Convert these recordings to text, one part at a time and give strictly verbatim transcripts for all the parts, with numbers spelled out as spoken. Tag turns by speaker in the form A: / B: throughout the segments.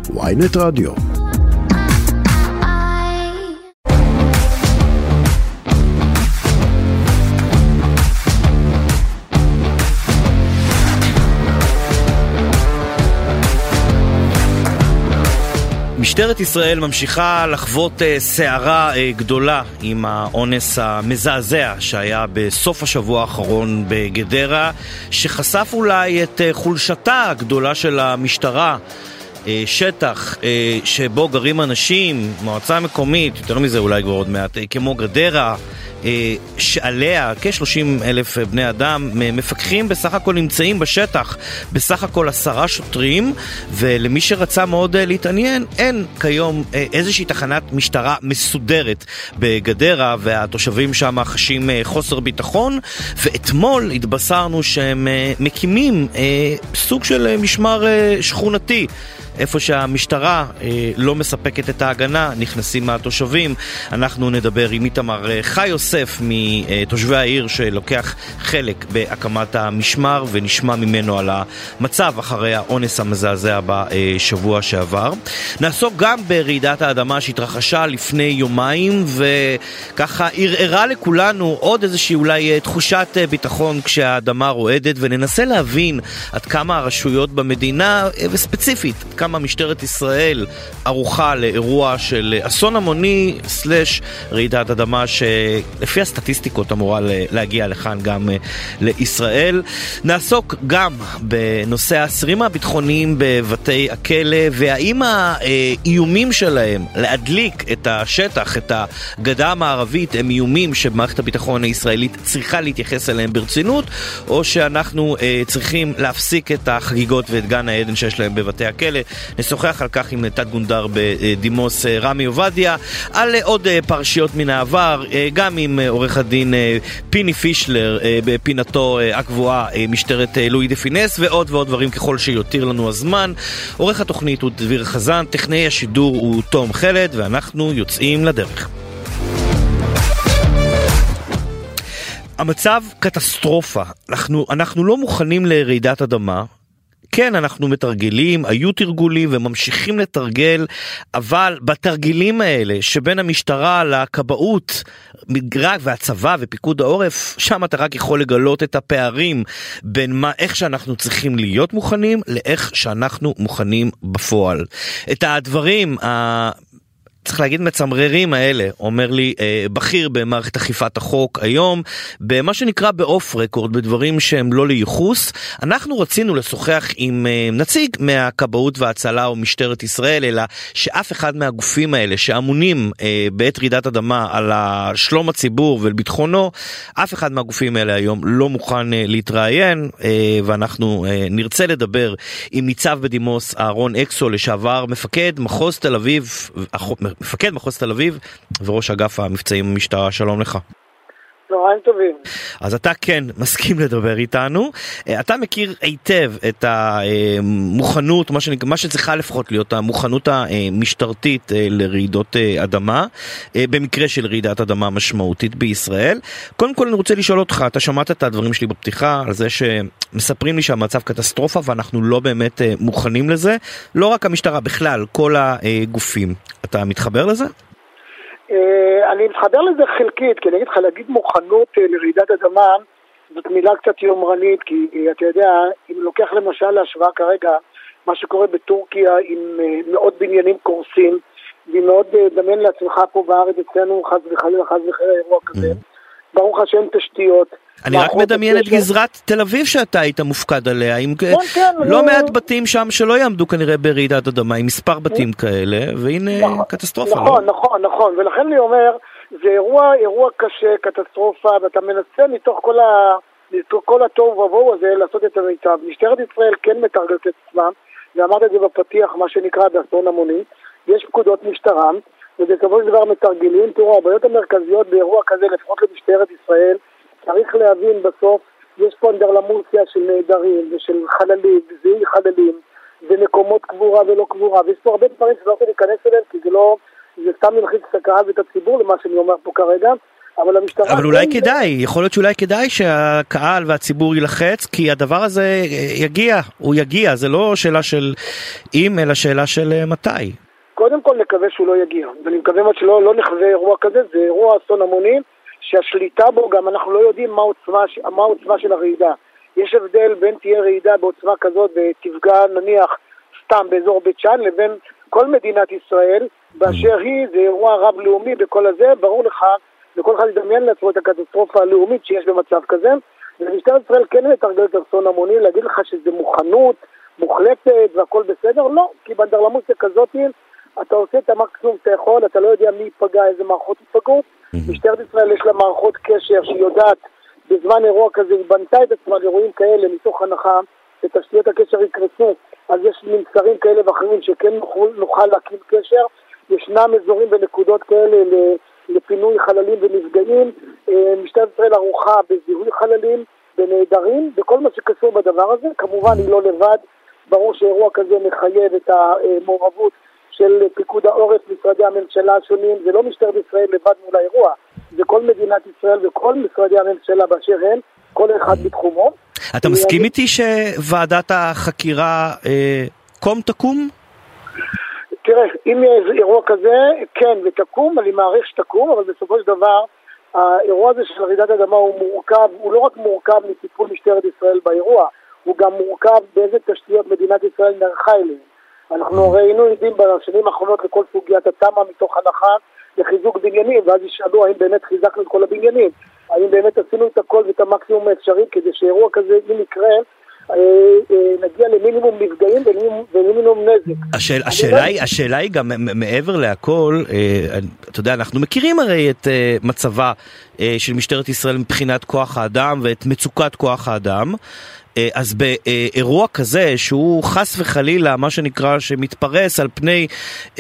A: וויינט רדיו. משטרת ישראל ממשיכה לחוות סערה גדולה עם האונס המזעזע שהיה בסוף השבוע האחרון בגדרה, שחשף אולי את חולשתה הגדולה של המשטרה. שטח שבו גרים אנשים, מועצה מקומית, יותר מזה אולי כבר עוד מעט, כמו גדרה, שעליה כ-שלושים אלף בני אדם, מפקחים בסך הכל נמצאים בשטח, בסך הכל עשרה שוטרים, ולמי שרצה מאוד להתעניין, אין כיום איזושהי תחנת משטרה מסודרת בגדרה, והתושבים שם חשים חוסר ביטחון, ואתמול התבשרנו שהם מקימים סוג של משמר שכונתי, איפה שהמשטרה אה, לא מספקת את ההגנה, נכנסים מהתושבים. אנחנו נדבר עם איתמר חי יוסף מתושבי העיר שלוקח חלק בהקמת המשמר, ונשמע ממנו על המצב אחרי האונס המזעזע בשבוע שעבר. נעסוק גם ברעידת האדמה שהתרחשה לפני יומיים, וככה ערערה לכולנו עוד איזושהי אולי תחושת ביטחון כשהאדמה רועדת, וננסה להבין עד כמה הרשויות במדינה, וספציפית כמה משטרת ישראל ערוכה לאירוע של אסון המוני סלש רעידת אדמה שלפי הסטטיסטיקות אמורה להגיע לכאן גם לישראל. נעסוק גם בנושא האסירים הביטחוניים בבתי הכלא, והאם האיומים שלהם להדליק את השטח, את הגדה המערבית, הם איומים שמערכת הביטחון הישראלית צריכה להתייחס אליהם ברצינות, או שאנחנו צריכים להפסיק את החגיגות ואת גן העדן שיש להם בבתי הכלא. נשוחח על כך עם תת גונדר בדימוס רמי עובדיה, על עוד פרשיות מן העבר, גם עם עורך הדין פיני פישלר בפינתו הקבועה משטרת לואי דה פינס, ועוד ועוד דברים ככל שיותיר לנו הזמן. עורך התוכנית הוא דביר חזן, טכנאי השידור הוא תום חלד, ואנחנו יוצאים לדרך. המצב קטסטרופה. אנחנו, אנחנו לא מוכנים לרעידת אדמה. כן, אנחנו מתרגלים, היו תרגולים וממשיכים לתרגל, אבל בתרגילים האלה שבין המשטרה לכבאות, מגרק והצבא ופיקוד העורף, שם אתה רק יכול לגלות את הפערים בין מה, איך שאנחנו צריכים להיות מוכנים, לאיך שאנחנו מוכנים בפועל. את הדברים ה... צריך להגיד מצמררים האלה, אומר לי אה, בכיר במערכת אכיפת החוק היום, במה שנקרא באוף רקורד, בדברים שהם לא לייחוס. אנחנו רצינו לשוחח עם אה, נציג מהכבאות וההצלה או משטרת ישראל, אלא שאף אחד מהגופים האלה שאמונים אה, בעת רעידת אדמה על שלום הציבור ולביטחונו, אף אחד מהגופים האלה היום לא מוכן אה, להתראיין, אה, ואנחנו אה, נרצה לדבר עם ניצב בדימוס אהרון אקסו, לשעבר מפקד מחוז תל אביב, מפקד מחוז תל אביב וראש אגף המבצעים במשטרה. שלום לך.
B: צהריים טובים.
C: אז אתה כן מסכים לדבר איתנו. אתה מכיר היטב את המוכנות, מה, שנק... מה שצריכה לפחות להיות המוכנות המשטרתית לרעידות אדמה, במקרה של רעידת אדמה משמעותית בישראל. קודם כל אני רוצה לשאול אותך, אתה שמעת את הדברים שלי בפתיחה על זה שמספרים לי שהמצב קטסטרופה ואנחנו לא באמת מוכנים לזה, לא רק המשטרה, בכלל כל הגופים. אתה מתחבר לזה?
B: אני מתחבר לזה חלקית, כי אני אגיד לך, להגיד מוכנות לרעידת אדמה זאת מילה קצת יומרנית, כי אתה יודע, אם לוקח למשל להשוואה כרגע מה שקורה בטורקיה עם מאות בניינים קורסים, והיא מאוד דמיין לעצמך פה בארץ אצלנו חס וחלילה חס וחלילה אירוע כזה, ברוך השם תשתיות.
C: אני רק מדמיין את גזרת תל אביב שאתה היית מופקד עליה, עם לא מעט בתים שם שלא יעמדו כנראה ברעידת אדמה, עם מספר בתים כאלה, והנה קטסטרופה.
B: נכון, נכון, נכון, ולכן אני אומר, זה אירוע, אירוע קשה, קטסטרופה, ואתה מנסה מתוך כל ה... כל הטוב ובואו הזה לעשות את המיטב. משטרת ישראל כן מתרגלת את עצמם, ואמרת את זה בפתיח, מה שנקרא באסון המוני, יש פקודות משטרה, ובסופו של דבר מתרגלים. תראו, הבעיות המרכזיות באירוע כזה, לפחות למשטרת ישראל, צריך להבין בסוף, יש פה אנדרלמוסיה של נעדרים ושל חללים, וזיהוי חללים, ומקומות קבורה ולא קבורה, ויש פה הרבה דברים שלא רוצה להיכנס אליהם, כי זה לא, זה סתם מלחיץ את הקהל ואת הציבור למה שאני אומר פה כרגע, אבל המשטרה...
C: אבל אולי כדאי, יכול להיות שאולי כדאי שהקהל והציבור ילחץ, כי הדבר הזה יגיע, הוא יגיע, זה לא שאלה של אם, אלא שאלה של מתי.
B: קודם כל נקווה שהוא לא יגיע, ואני מקווה מאוד שלא לא נחווה אירוע כזה, זה אירוע אסון המוני, שהשליטה בו גם אנחנו לא יודעים מה העוצמה, מה העוצמה של הרעידה. יש הבדל בין תהיה רעידה בעוצמה כזאת ותפגע נניח סתם באזור בית שאן לבין כל מדינת ישראל, באשר היא, זה אירוע רב-לאומי בכל הזה, ברור לך, וכל אחד ידמיין לעצמו את הקטסטרופה הלאומית שיש במצב כזה, ומשטרת ישראל כן מתרגלת אסון המוני, להגיד לך שזה מוכנות, מוחלטת והכל בסדר, לא, כי באנדרלמוסיה כזאת אתה עושה את המקסימום שאתה יכול, אתה לא יודע מי ייפגע, איזה מערכות ייפגעו, משטרת ישראל יש לה מערכות קשר שהיא יודעת, בזמן אירוע כזה היא בנתה את עצמה לאירועים כאלה מתוך הנחה, שתשתיות הקשר יקרסו, אז יש ממצרים כאלה ואחרים שכן נוכל, נוכל להקים קשר, ישנם אזורים ונקודות כאלה לפינוי חללים ונפגעים, משטרת ישראל ערוכה בזיהוי חללים, בנהדרים, בכל מה שקשור בדבר הזה, כמובן היא לא לבד, ברור שאירוע כזה מחייב את המעורבות של פיקוד העורף, משרדי הממשלה השונים, זה לא משטרת ישראל לבד מול האירוע, זה כל מדינת ישראל וכל משרדי הממשלה באשר הם, כל אחד בתחומו.
C: אתה מסכים איתי שוועדת החקירה קום תקום?
B: תראה, אם יש אירוע כזה, כן, ותקום, אני מעריך שתקום, אבל בסופו של דבר, האירוע הזה של רעידת אדמה הוא מורכב, הוא לא רק מורכב מטיפול משטרת ישראל באירוע, הוא גם מורכב באיזה תשתיות מדינת ישראל נערכה אליהם. אנחנו ראינו עדים בשנים האחרונות לכל סוגיית התמ"א מתוך הנחה לחיזוק בניינים, ואז ישאלו האם באמת חיזקנו את כל הבניינים, האם באמת עשינו את הכל ואת המקסימום האפשרי, כדי שאירוע כזה, אם יקרה, נגיע למינימום נפגעים ומינימום נזק.
C: השאל, השאלה, היא, השאלה היא גם מעבר להכל, אתה יודע, אנחנו מכירים הרי את מצבה של משטרת ישראל מבחינת כוח האדם ואת מצוקת כוח האדם, אז באירוע כזה שהוא חס וחלילה, מה שנקרא, שמתפרס על פני,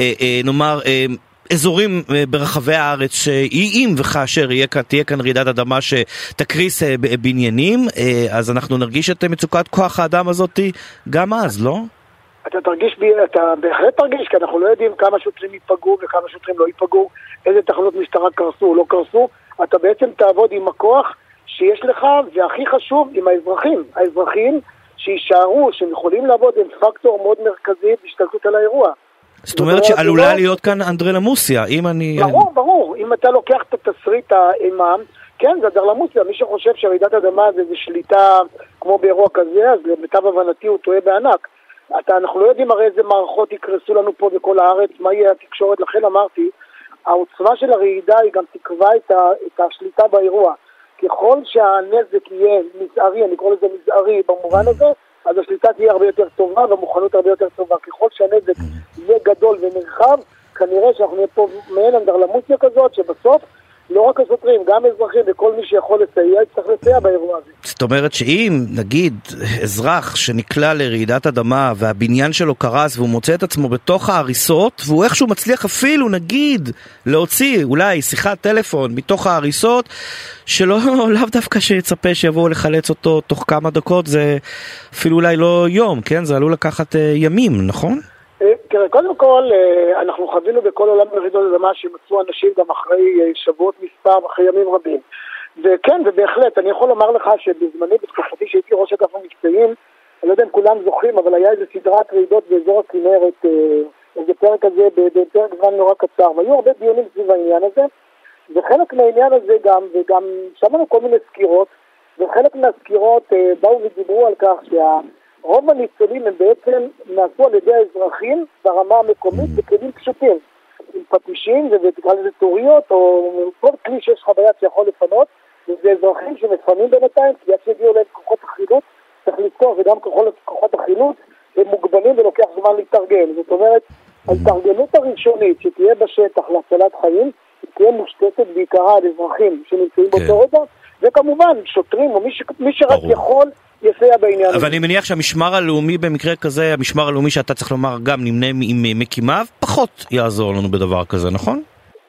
C: נאמר, אזורים ברחבי הארץ שאם וכאשר תהיה כאן רעידת אדמה שתקריס בניינים, אז אנחנו נרגיש את מצוקת כוח האדם הזאת גם אז, לא?
B: אתה תרגיש, אתה בהחלט תרגיש, כי אנחנו לא יודעים כמה שוטרים ייפגעו וכמה שוטרים לא ייפגעו, איזה תחנות משטרה קרסו או לא קרסו, אתה בעצם תעבוד עם הכוח שיש לך, והכי חשוב, עם האזרחים. האזרחים שישארו, שהם יכולים לעבוד, הם פקטור מאוד מרכזי בהשתלטות על האירוע.
C: זאת אומרת שעלולה להיות כאן אנדרלמוסיה, אם אני...
B: ברור, ברור. אם אתה לוקח את התסריט האימם, כן, זה אנדרלמוסיה. מי שחושב שרעידת אדמה זה שליטה כמו באירוע כזה, אז למיטב הבנתי הוא טועה בענק. אתה, אנחנו לא יודעים הרי איזה מערכות יקרסו לנו פה בכל הארץ, מה יהיה התקשורת, לכן אמרתי, העוצמה של הרעידה היא גם תקבע את, ה, את השליטה באירוע. ככל שהנזק יהיה מזערי, אני קורא לזה מזערי במובן הזה, אז השליטה תהיה הרבה יותר טובה והמוכנות הרבה יותר טובה. ככל שהנזק יהיה גדול ונרחב, כנראה שאנחנו נהיה פה מעין אנדרלמוסיה כזאת, שבסוף לא רק השוטרים, גם אזרחים וכל מי שיכול לסייע, צריך לסייע באירוע הזה.
C: זאת אומרת שאם, נגיד, אזרח שנקלע לרעידת אדמה והבניין שלו קרס והוא מוצא את עצמו בתוך ההריסות, והוא איכשהו מצליח אפילו, נגיד, להוציא אולי שיחת טלפון מתוך ההריסות, שלא לאו דווקא שיצפה שיבואו לחלץ אותו תוך כמה דקות, זה אפילו אולי לא יום, כן? זה עלול לקחת ימים, נכון?
B: תראה, קודם כל, אנחנו חווינו בכל עולם רעידות אדמה שמצאו אנשים גם אחרי שבועות מספר, אחרי ימים רבים. וכן, ובהחלט, אני יכול לומר לך שבזמני, בתקופתי שהייתי ראש אגף המקצועיים, אני לא יודע אם כולם זוכרים, אבל היה איזו סדרת רעידות באזור הכנרת, איזה פרק הזה, בפרק זמן נורא קצר, והיו הרבה דיונים סביב העניין הזה, וחלק מהעניין הזה גם, וגם שמענו כל מיני סקירות, וחלק מהסקירות באו ודיברו על כך שה... רוב הניצולים הם בעצם נעשו על ידי האזרחים ברמה המקומית בכלים פשוטים, עם פטישים ובתקרא לזה טוריות או כל כלי שיש חוויית שיכול לפנות, וזה אזרחים שמפנים בינתיים, כי עד שהגיעו להם כוחות החילוץ, צריך לזכור, וגם כוחות החילוץ הם מוגבלים ולוקח זמן להתארגן. זאת אומרת, ההתארגנות הראשונית שתהיה בשטח להצלת חיים, תהיה מושתתת בעיקרה על אזרחים שנמצאים באותו רגע, וכמובן שוטרים או מי, ש... מי שרק יכול יסייע בעניין.
C: אבל אני מניח שהמשמר הלאומי במקרה כזה, המשמר הלאומי שאתה צריך לומר גם נמנה עם מקימיו, פחות יעזור לנו בדבר כזה, נכון?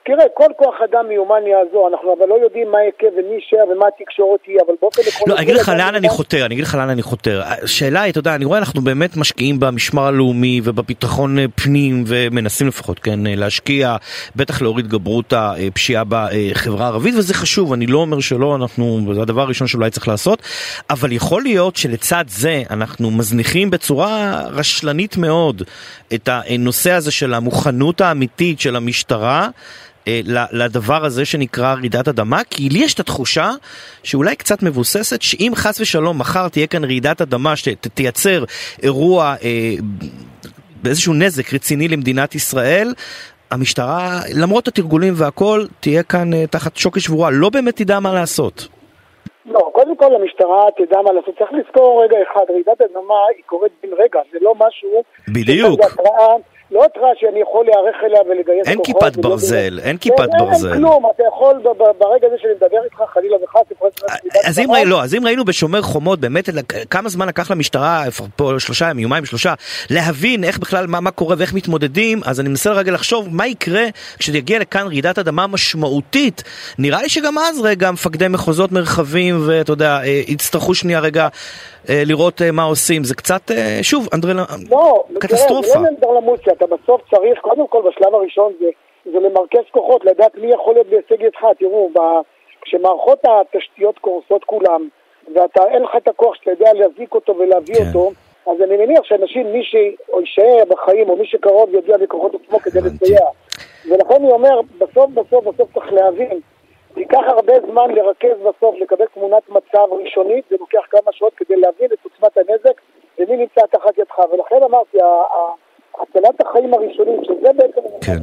B: תראה, כל כוח אדם מיומן יעזור, אנחנו אבל לא יודעים מה יקב ומי יישאר ומה התקשורת תהיה, אבל באופן עקרוני...
C: לא, אני אגיד לך לאן אני חותר, אני אגיד לך לאן אני חותר. השאלה היא, אתה יודע, אני רואה, אנחנו באמת משקיעים במשמר הלאומי ובביטחון פנים, ומנסים לפחות, כן, להשקיע, בטח להוריד גברות הפשיעה בחברה הערבית, וזה חשוב, אני לא אומר שלא, אנחנו, זה הדבר הראשון שאולי צריך לעשות, אבל יכול להיות שלצד זה אנחנו מזניחים בצורה רשלנית מאוד את הנושא הזה של המוכנות האמיתית של המשטרה לדבר הזה שנקרא רעידת אדמה, כי לי יש את התחושה שאולי קצת מבוססת, שאם חס ושלום מחר תהיה כאן רעידת אדמה שתייצר אירוע אה, באיזשהו נזק רציני למדינת ישראל, המשטרה, למרות התרגולים והכל, תהיה כאן אה, תחת שוקת שבורה, לא באמת תדע מה לעשות.
B: לא, קודם כל המשטרה תדע מה לעשות, צריך לזכור רגע אחד, רעידת אדמה היא קורית בין רגע, זה לא משהו...
C: בדיוק.
B: לא התראה שאני יכול להיערך אליה ולגייס כוחות.
C: אין כיפת ברזל, אין כיפת ברזל.
B: אין כלום, אתה יכול ברגע הזה שאני מדבר איתך חלילה וחס.
C: אז אם ראינו, אז אם ראינו בשומר חומות, באמת כמה זמן לקח למשטרה, פה שלושה ימים, יומיים שלושה, להבין איך בכלל, מה קורה ואיך מתמודדים, אז אני מנסה רגע לחשוב מה יקרה כשתגיע לכאן רעידת אדמה משמעותית. נראה לי שגם אז רגע מפקדי מחוזות מרחבים, ואתה יודע, יצטרכו שנייה רגע לראות מה עושים. זה קצת, שוב, קטסטרופה.
B: אתה בסוף צריך, קודם כל בשלב הראשון זה, זה למרכז כוחות, לדעת מי יכול להיות בהישג ידך. תראו, ב, כשמערכות התשתיות קורסות כולם, ואתה אין לך את הכוח שאתה יודע להזיק אותו ולהביא כן. אותו, אז אני מניח שאנשים, מי שישאר בחיים או מי שקרוב יגיע בכוחות עצמו כדי לסייע. ולכן אני אומר, בסוף בסוף בסוף צריך להבין, ייקח הרבה זמן לרכז בסוף, לקבל תמונת מצב ראשונית, זה לוקח כמה שעות כדי להבין את עוצמת הנזק ומי נמצא תחת ידך. ולכן אמרתי, הצלת החיים הראשונים, שזה בעצם...
C: כן.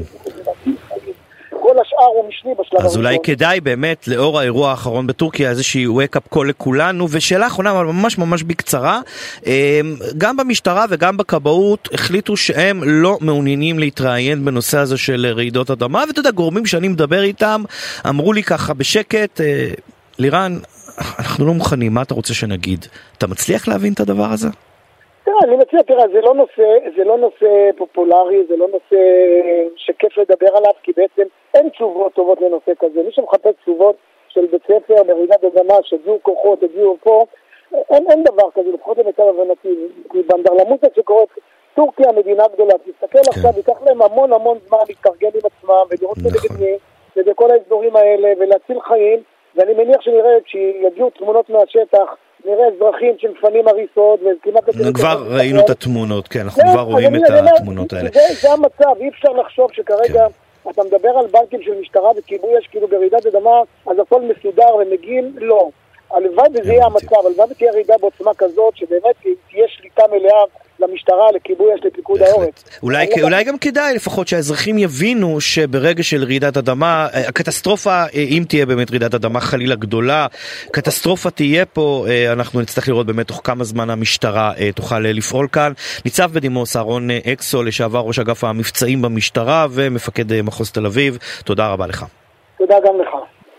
B: כל השאר הוא משני בשלב הראשון.
C: אז אולי כדאי באמת, לאור האירוע האחרון בטורקיה, איזושהי wake-up call לכולנו, ושאלה אחרונה, אבל ממש ממש בקצרה, גם במשטרה וגם בכבאות החליטו שהם לא מעוניינים להתראיין בנושא הזה של רעידות אדמה, ואתה יודע, גורמים שאני מדבר איתם, אמרו לי ככה בשקט, לירן, אנחנו לא מוכנים, מה אתה רוצה שנגיד? אתה מצליח להבין את הדבר הזה?
B: תראה, אני מציע, תראה, זה לא נושא, זה לא נושא פופולרי, זה לא נושא שכיף לדבר עליו, כי בעצם אין תשובות טובות לנושא כזה. מי שמחפש תשובות של בית ספר, ברעידת אדמה, שהגיעו כוחות, הגיעו פה, אין, אין דבר כזה, לפחות למיטב הבנתי. כי באנדרלמוסיה שקורית, טורקיה מדינה גדולה, תסתכל כן. עכשיו, ייקח להם המון המון זמן להתארגן עם עצמם, ולראות נכון. נגד מי, ובכל האזורים האלה, ולהציל חיים, ואני מניח שנראה, כשיגיעו תמונות מהשטח, נראה אזרחים שמפנים הריסות, וכמעט...
C: כבר ראינו את התמונות, כן, אנחנו כבר רואים את התמונות האלה.
B: זה המצב, אי אפשר לחשוב שכרגע אתה מדבר על בנקים של משטרה וכיבוי אש, כאילו ברעידת אדמה, אז הכל מסודר ומגיעים, לא. הלוואי וזה יהיה המצב, הלוואי ותהיה רעידה בעוצמה כזאת, שבאמת תהיה שליטה מלאה למשטרה, לכיבוי אש, לפיקוד העורף.
C: אולי, אולי גם כדאי לפחות שהאזרחים יבינו שברגע של רעידת אדמה, הקטסטרופה, אם תהיה באמת רעידת אדמה חלילה גדולה, קטסטרופה תהיה פה, אנחנו נצטרך לראות באמת תוך כמה זמן המשטרה תוכל לפעול כאן. ניצב בדימוס אהרון אקסו, לשעבר ראש אגף המבצעים במשטרה ומפקד מחוז תל אביב, תודה רבה לך.
B: תודה גם לך.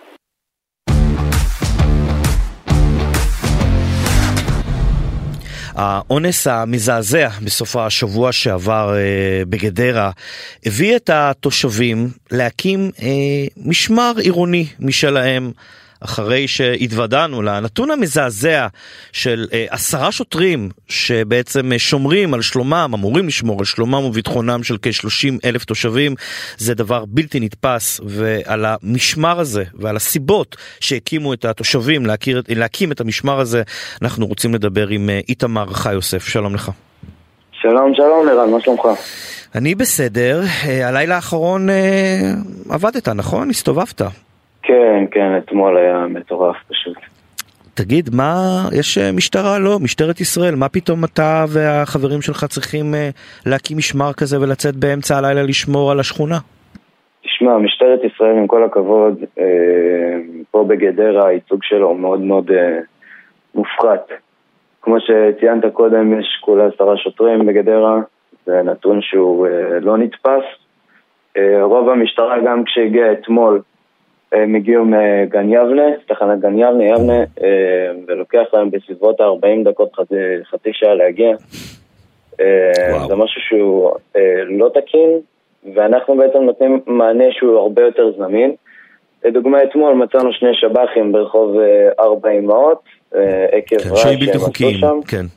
C: האונס המזעזע בסוף השבוע שעבר אה, בגדרה הביא את התושבים להקים אה, משמר עירוני משלהם, אחרי שהתוודענו לנתון המזעזע של אה, עשרה שוטרים שבעצם שומרים על שלומם, אמורים לשמור על שלומם וביטחונם של כ-שלושים אלף תושבים. זה דבר בלתי נתפס, ועל המשמר הזה ועל הסיבות שהקימו את התושבים להכיר, להקים את המשמר הזה אנחנו רוצים לדבר עם אה, איתמר חי יוסף. שלום לך.
D: שלום, שלום לירן, מה שלומך?
C: אני בסדר. אה, הלילה האחרון אה, עבדת, נכון? הסתובבת?
D: כן, כן, אתמול היה מטורף פשוט.
C: תגיד, מה, יש משטרה? לא, משטרת ישראל, מה פתאום אתה והחברים שלך צריכים להקים משמר כזה ולצאת באמצע הלילה לשמור על השכונה?
D: תשמע, משטרת ישראל עם כל הכבוד, פה בגדרה הייצוג שלו מאוד מאוד מופחת. כמו שציינת קודם, יש כולה עשרה שוטרים בגדרה, זה נתון שהוא לא נתפס. רוב המשטרה גם כשהגיע אתמול, הם הגיעו מגן יבנה, תחנת גן יבנה, יבנה, ולוקח להם בסביבות ארבעים דקות, חצי שעה להגיע. זה משהו שהוא לא תקין, ואנחנו בעצם נותנים מענה שהוא הרבה יותר זמין. לדוגמה, אתמול מצאנו שני שב"חים ברחוב ארבע אמהות, עקב רע שהם עשו שם.
C: כן.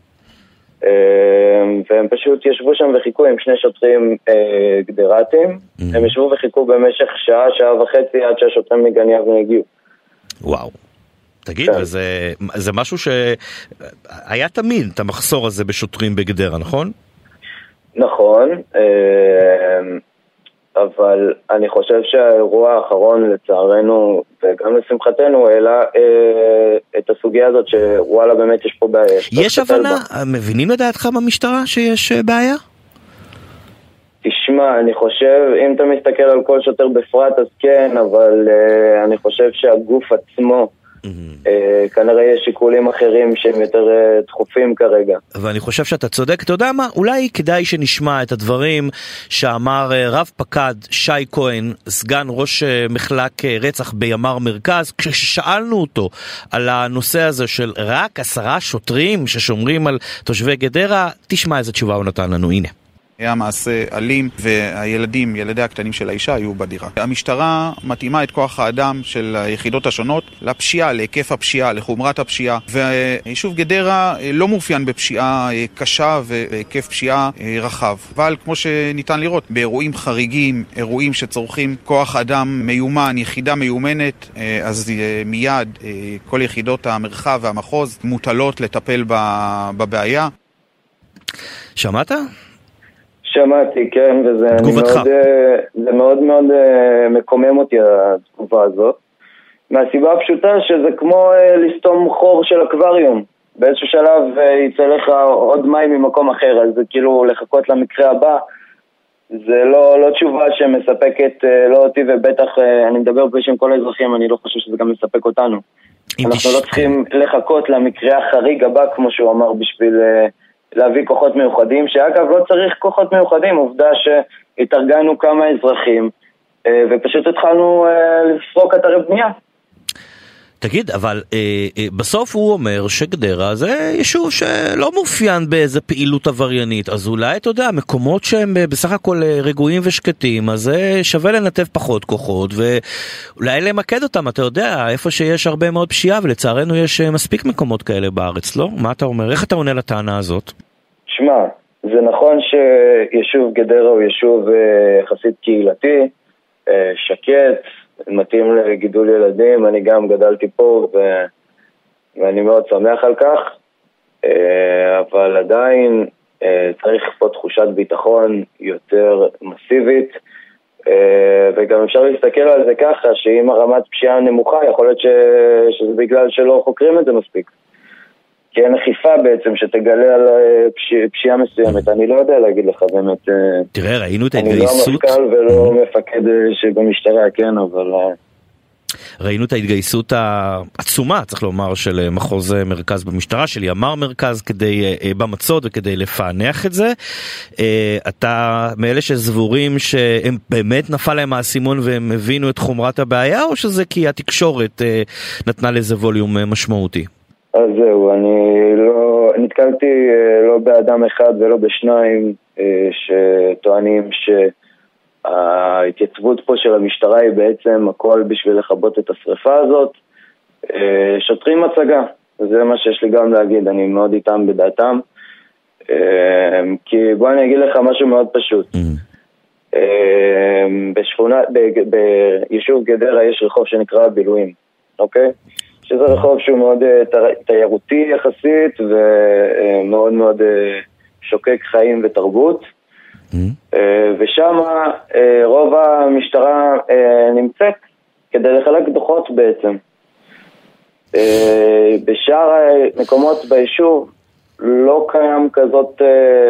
D: והם פשוט ישבו שם וחיכו עם שני שוטרים גדרתים. הם ישבו וחיכו במשך שעה, שעה וחצי, עד שהשוטרים מגן יבנה הגיעו.
C: וואו. תגיד, וזה, זה משהו שהיה תמיד את המחסור הזה בשוטרים בגדרה, נכון?
D: נכון, אבל אני חושב שהאירוע האחרון לצערנו וגם לשמחתנו העלה את הסוגיה הזאת שוואלה באמת יש פה בעיה.
C: יש הבנה, מבינים לדעתך במשטרה שיש בעיה?
D: תשמע, אני חושב, אם אתה מסתכל על כל שוטר בפרט אז כן, אבל אני חושב שהגוף עצמו כנראה יש שיקולים אחרים שהם יותר דחופים כרגע.
C: ואני חושב שאתה צודק. אתה יודע מה? אולי כדאי שנשמע את הדברים שאמר רב פקד שי כהן, סגן ראש מחלק רצח בימ"ר מרכז, כששאלנו אותו על הנושא הזה של רק עשרה שוטרים ששומרים על תושבי גדרה. תשמע איזה תשובה הוא נתן לנו. הנה.
E: היה מעשה אלים, והילדים, ילדי הקטנים של האישה, היו בדירה. המשטרה מתאימה את כוח האדם של היחידות השונות לפשיעה, להיקף הפשיעה, לחומרת הפשיעה. והיישוב גדרה לא מאופיין בפשיעה קשה והיקף פשיעה רחב. אבל כמו שניתן לראות, באירועים חריגים, אירועים שצורכים כוח אדם מיומן, יחידה מיומנת, אז מיד כל יחידות המרחב והמחוז מוטלות לטפל בבעיה.
C: שמעת?
D: שמעתי, כן, וזה מאוד, זה מאוד מאוד מקומם אותי התגובה הזאת, מהסיבה הפשוטה שזה כמו לסתום חור של אקווריום, באיזשהו שלב יצא לך עוד מים ממקום אחר, אז זה כאילו לחכות למקרה הבא, זה לא, לא תשובה שמספקת לא אותי ובטח, אני מדבר בשם כל האזרחים, אני לא חושב שזה גם מספק אותנו. אנחנו לא צריכים לחכות למקרה החריג הבא, כמו שהוא אמר, בשביל להביא כוחות מיוחדים, שאגב לא צריך כוחות מיוחדים, עובדה שהתארגנו כמה אזרחים, ופשוט התחלנו לפרוק אתרי בנייה.
C: תגיד, אבל אה, אה, בסוף הוא אומר שגדרה זה יישוב שלא מאופיין באיזה פעילות עבריינית, אז אולי אתה יודע, מקומות שהם בסך הכל רגועים ושקטים, אז זה שווה לנתב פחות כוחות, ואולי למקד אותם, אתה יודע, איפה שיש הרבה מאוד פשיעה, ולצערנו יש מספיק מקומות כאלה בארץ, לא? מה אתה אומר? איך אתה עונה לטענה הזאת?
D: שמע, זה נכון שיישוב גדרה הוא יישוב יחסית קהילתי, שקט, מתאים לגידול ילדים, אני גם גדלתי פה ו... ואני מאוד שמח על כך, אבל עדיין צריך פה תחושת ביטחון יותר מסיבית, וגם אפשר להסתכל על זה ככה, שאם הרמת פשיעה נמוכה, יכול להיות ש... שזה בגלל שלא חוקרים את זה מספיק. כי אין אכיפה בעצם שתגלה על פש... פשיעה מסוימת, אני לא יודע להגיד לך באמת.
C: תראה, ראינו את ההתגייסות.
D: אני לא מפכ"ל ולא מפקד שבמשטרה, כן, אבל...
C: ראינו את ההתגייסות העצומה, צריך לומר, של מחוז מרכז במשטרה, של ימ"ר מרכז, כדי, במצוד וכדי לפענח את זה. אתה מאלה שזבורים שהם באמת נפל להם האסימון והם הבינו את חומרת הבעיה, או שזה כי התקשורת נתנה לזה ווליום משמעותי?
D: אז זהו, אני לא, נתקלתי לא באדם אחד ולא בשניים שטוענים שההתייצבות פה של המשטרה היא בעצם הכל בשביל לחבות את השריפה הזאת. שוטרים הצגה, זה מה שיש לי גם להגיד, אני מאוד איתם בדעתם, כי בוא אני אגיד לך משהו מאוד פשוט. בשכונה, ביישוב גדרה יש רחוב שנקרא בילויים, אוקיי? שזה רחוב שהוא מאוד תיירותי יחסית ומאוד מאוד שוקק חיים ותרבות, ושם רוב המשטרה נמצאת כדי לחלק דוחות בעצם. בשאר מקומות ביישוב לא קיים כזאת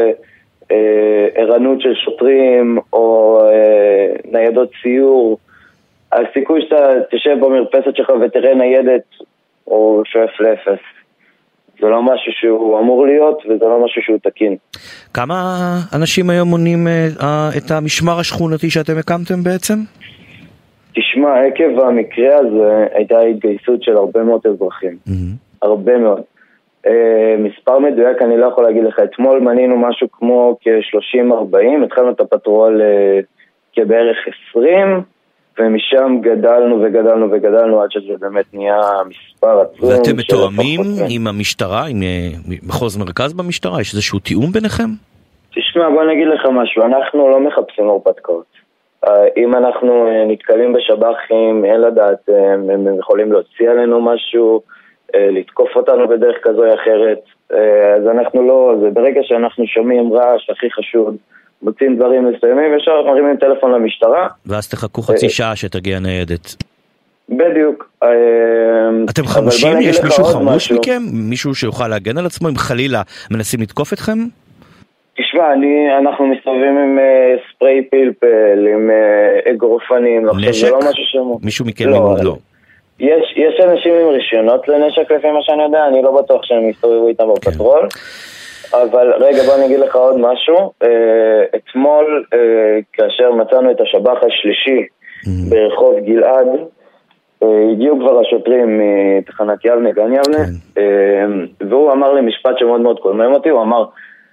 D: ערנות של שוטרים או ניידות סיור. הסיכוי שאתה תשב במרפסת שלך ותראה ניידת או שואף לאפס. זה לא משהו שהוא אמור להיות וזה לא משהו שהוא תקין.
C: כמה אנשים היום מונים את המשמר השכונתי שאתם הקמתם בעצם?
D: תשמע, עקב המקרה הזה הייתה התגייסות של הרבה מאוד אזרחים. הרבה מאוד. מספר מדויק אני לא יכול להגיד לך. אתמול מנינו משהו כמו כ-שלושים ארבעים, התחלנו את הפטרול כבערך עשרים, ומשם גדלנו וגדלנו וגדלנו עד שזה באמת נהיה מספר עצום.
C: ואתם מתואמים עם המשטרה, עם מחוז מרכז במשטרה? יש איזשהו תיאום ביניכם?
D: תשמע, בוא נגיד לך משהו, אנחנו לא מחפשים הרפתקאות. אם אנחנו נתקלים בשב"חים, אין לדעת, הם יכולים להוציא עלינו משהו, לתקוף אותנו בדרך כזו או אחרת, אז אנחנו לא, זה ברגע שאנחנו שומעים רעש הכי חשוד, מוצאים דברים מסוימים, ישר מרימים טלפון למשטרה.
C: ואז תחכו חצי שעה שתגיע ניידת.
D: בדיוק.
C: אתם חמושים? יש מישהו חמוש מכם? מישהו שיוכל להגן על עצמו אם חלילה מנסים לתקוף אתכם?
D: תשמע, אני, אנחנו מסתובבים עם uh, ספרי פלפל, עם uh, אגרופנים.
C: נשק?
D: זה לא משהו שמו.
C: מישהו מכם?
D: לא.
C: לא.
D: יש, יש אנשים עם רישיונות לנשק לפי מה שאני יודע, אני לא בטוח שהם מסתובבו איתם בפטרול. אבל רגע, בוא אני אגיד לך עוד משהו. Uh, אתמול, uh, כאשר מצאנו את השב"ח השלישי mm-hmm. ברחוב גלעד, uh, הגיעו כבר השוטרים מתחנת יבנה, גן יבנה, mm-hmm. uh, והוא אמר לי משפט שמאוד מאוד קומם אותי, הוא אמר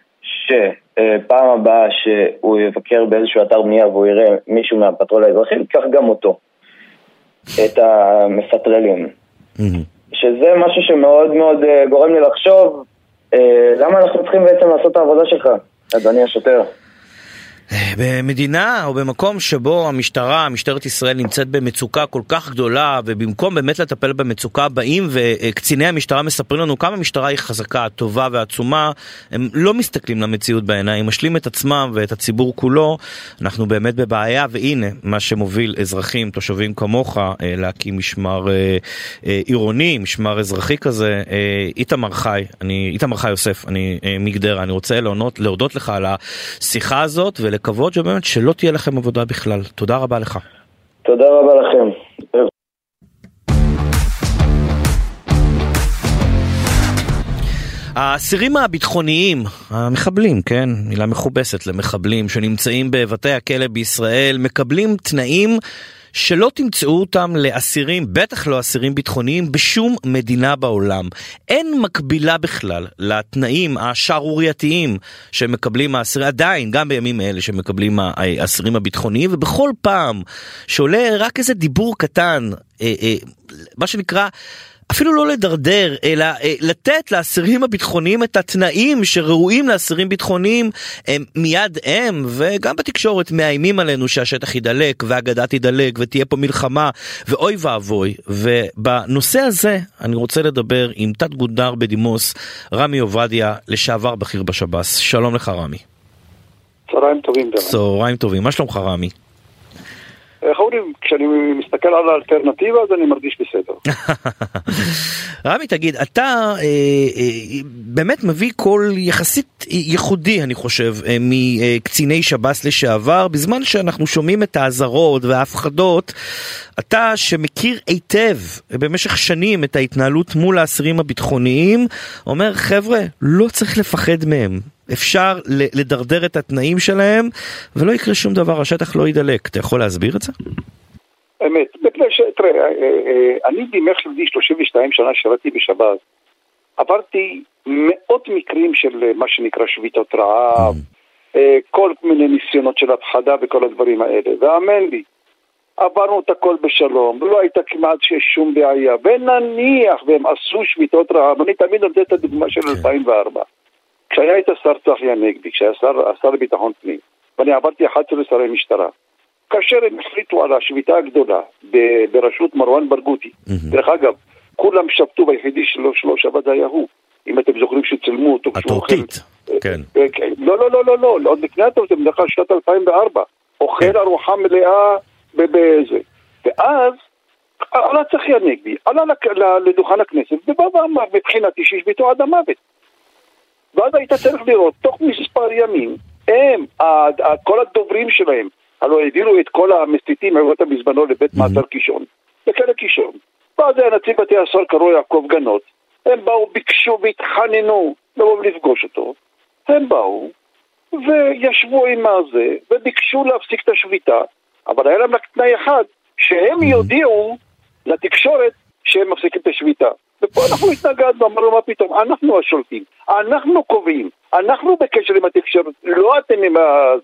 D: שפעם הבאה שהוא יבקר באיזשהו אתר בנייה והוא יראה מישהו מהפטרול האזרחי, ייקח גם אותו, את המסטרלים. שזה משהו שמאוד מאוד גורם לי לחשוב, למה אנחנו צריכים בעצם לעשות את העבודה שלך, אדוני השוטר?
C: במדינה או במקום שבו המשטרה, משטרת ישראל נמצאת במצוקה כל כך גדולה, ובמקום באמת לטפל במצוקה באים וקציני המשטרה מספרים לנו כמה המשטרה היא חזקה, טובה ועצומה, הם לא מסתכלים למציאות בעיניים, משלים את עצמם ואת הציבור כולו, אנחנו באמת בבעיה. והנה מה שמוביל אזרחים, תושבים כמוך, להקים משמר עירוני, משמר אזרחי כזה. איתמר חי, אני, איתמר חי יוסף, אני מגדרה, אני רוצה להודות, להודות לך על השיחה הזאת ול לקוות שבאמת שלא תהיה לכם עבודה בכלל. תודה רבה לך.
D: תודה רבה לכם.
C: האסירים הביטחוניים, המחבלים, כן, מילה מכובסת למחבלים שנמצאים בבתי הכלא בישראל, מקבלים תנאים שלא תמצאו אותם לאסירים, בטח לא אסירים ביטחוניים, בשום מדינה בעולם. אין מקבילה בכלל לתנאים השערורייתיים שמקבלים האסירים, עדיין, גם בימים האלה שמקבלים האסירים הביטחוניים, ובכל פעם שעולה רק איזה דיבור קטן, אה, אה, מה שנקרא, אפילו לא לדרדר, אלא אה, לתת לאסירים הביטחוניים את התנאים שראויים לאסירים ביטחוניים, הם מיד הם, וגם בתקשורת מאיימים עלינו שהשטח ידלק, והגדה תדלק, ותהיה פה מלחמה, ואוי ואבוי. ובנושא הזה אני רוצה לדבר עם תת גונדר בדימוס, רמי עובדיה, לשעבר בכיר בשב"ס. שלום לך רמי.
F: צהריים טובים.
C: צהריים טובים, מה שלומך רמי?
F: איך אומרים, כשאני מסתכל על האלטרנטיבה אז אני מרגיש בסדר.
C: רמי, תגיד, אתה אה, אה, באמת מביא קול יחסית ייחודי, אני חושב, אה, מקציני שב"ס לשעבר, בזמן שאנחנו שומעים את האזהרות וההפחדות, אתה שמכיר היטב במשך שנים את ההתנהלות מול האסירים הביטחוניים, אומר, חבר'ה, לא צריך לפחד מהם. אפשר לדרדר את התנאים שלהם ולא יקרה שום דבר, השטח לא ידלק. אתה יכול להסביר את זה?
F: אמת, בפני ש... תראה, אני בימך שלי שלושים ושתיים שנה שירתי בשב"ס, עברתי מאות מקרים של מה שנקרא שביתות רעב, כל מיני ניסיונות של הפחדה וכל הדברים האלה, ואמן לי, עברנו את הכל בשלום, ולא הייתה כמעט שיש שום בעיה, ונניח והם עשו שביתות רעב, אני תמיד נותן את הדוגמה של אלפיים וארבע, כשהיה את השר צחי הנגבי, כשהיה שר, השר לביטחון פנים, ואני עברתי אחת עשרה שרי משטרה, כאשר הם החליטו על השביתה הגדולה בראשות מרואן ברגותי, mm-hmm. דרך אגב, כולם שבתו ביחידי שלו, שלו שבת היה הוא, אם אתם זוכרים שצלמו אותו.
C: התורתית, כן.
F: לא, לא, לא, לא, לא, עוד לפני התורתית, בדרך כלל שנת אלפיים וארבע, אוכל ארוחה מלאה בזה, ואז עלה צחי הנגבי, עלה לדוכן הכנסת, ובא ואמר, מבחינתי שישביתו עד המוות. ואז היית צריך לראות, תוך מספר ימים, הם, כל הדוברים שלהם, הלוא העבירו את כל המסתיתים, העבירו אותם בזמנו לבית מעצר קישון, לכלא קישון. ואז היה נציב בתי הסוהר קראו יעקב גנות, הם באו, ביקשו והתחננו לבוא לפגוש אותו, הם באו, וישבו עם הזה, וביקשו להפסיק את השביתה, אבל היה להם רק תנאי אחד, שהם יודיעו לתקשורת שהם מפסיקים את השביתה. ופה אנחנו התנגדנו, אמרנו מה פתאום, אנחנו השולטים, אנחנו קובעים, אנחנו בקשר עם התקשורת, לא אתם עם הזה.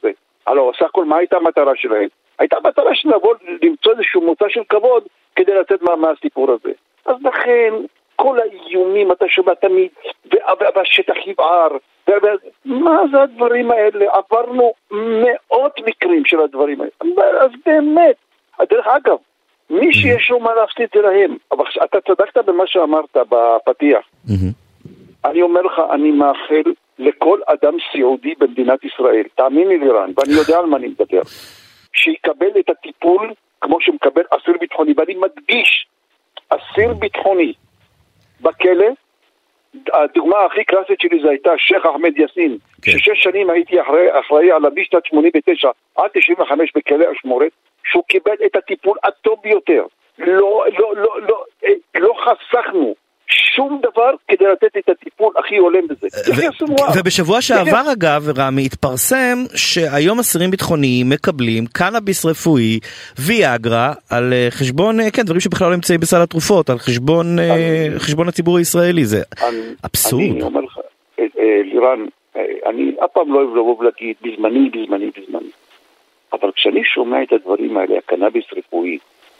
F: הלוא, סך הכל, מה הייתה המטרה שלהם? הייתה מטרה של לבוא, למצוא איזשהו מוצא של כבוד, כדי לצאת מה, מהסיפור הזה. אז לכן, כל האיומים, אתה שומע תמיד, והשטח יבער, מה זה הדברים האלה? עברנו מאות מקרים של הדברים האלה. אז באמת, דרך אגב, מי שיש לו מה להפסיד זה להם. אבל אתה צדקת במה שאמרת בפתיח. אני אומר לך, אני מאחל לכל אדם סיעודי במדינת ישראל, תאמין לי לירן, ואני יודע על מה אני מדבר, שיקבל את הטיפול כמו שמקבל אסיר ביטחוני, ואני מדגיש, אסיר ביטחוני בכלא, הדוגמה הכי קלאסית שלי זה הייתה שייח אחמד יאסין, כן. ששש שנים הייתי אחראי, אחראי על משנת שמונים ותשע עד תשעים וחמש בכלא אשמורת, שהוא קיבל את הטיפול הטוב ביותר. לא, לא, לא, לא, לא חסכנו שום דבר כדי לתת את הטיפול הכי הולם בזה.
C: ובשבוע שעבר אגב, רמי, התפרסם שהיום אסירים ביטחוניים מקבלים קנאביס רפואי ויאגרה על חשבון, כן, דברים שבכלל לא נמצאים בסל התרופות, על חשבון הציבור הישראלי. זה אבסורד.
F: אני אומר לך, לירן, אני אף פעם לא אוהב לבוא ולהגיד בזמני, בזמני, בזמני. אבל כשאני שומע את הדברים האלה, הקנאביס רפואי,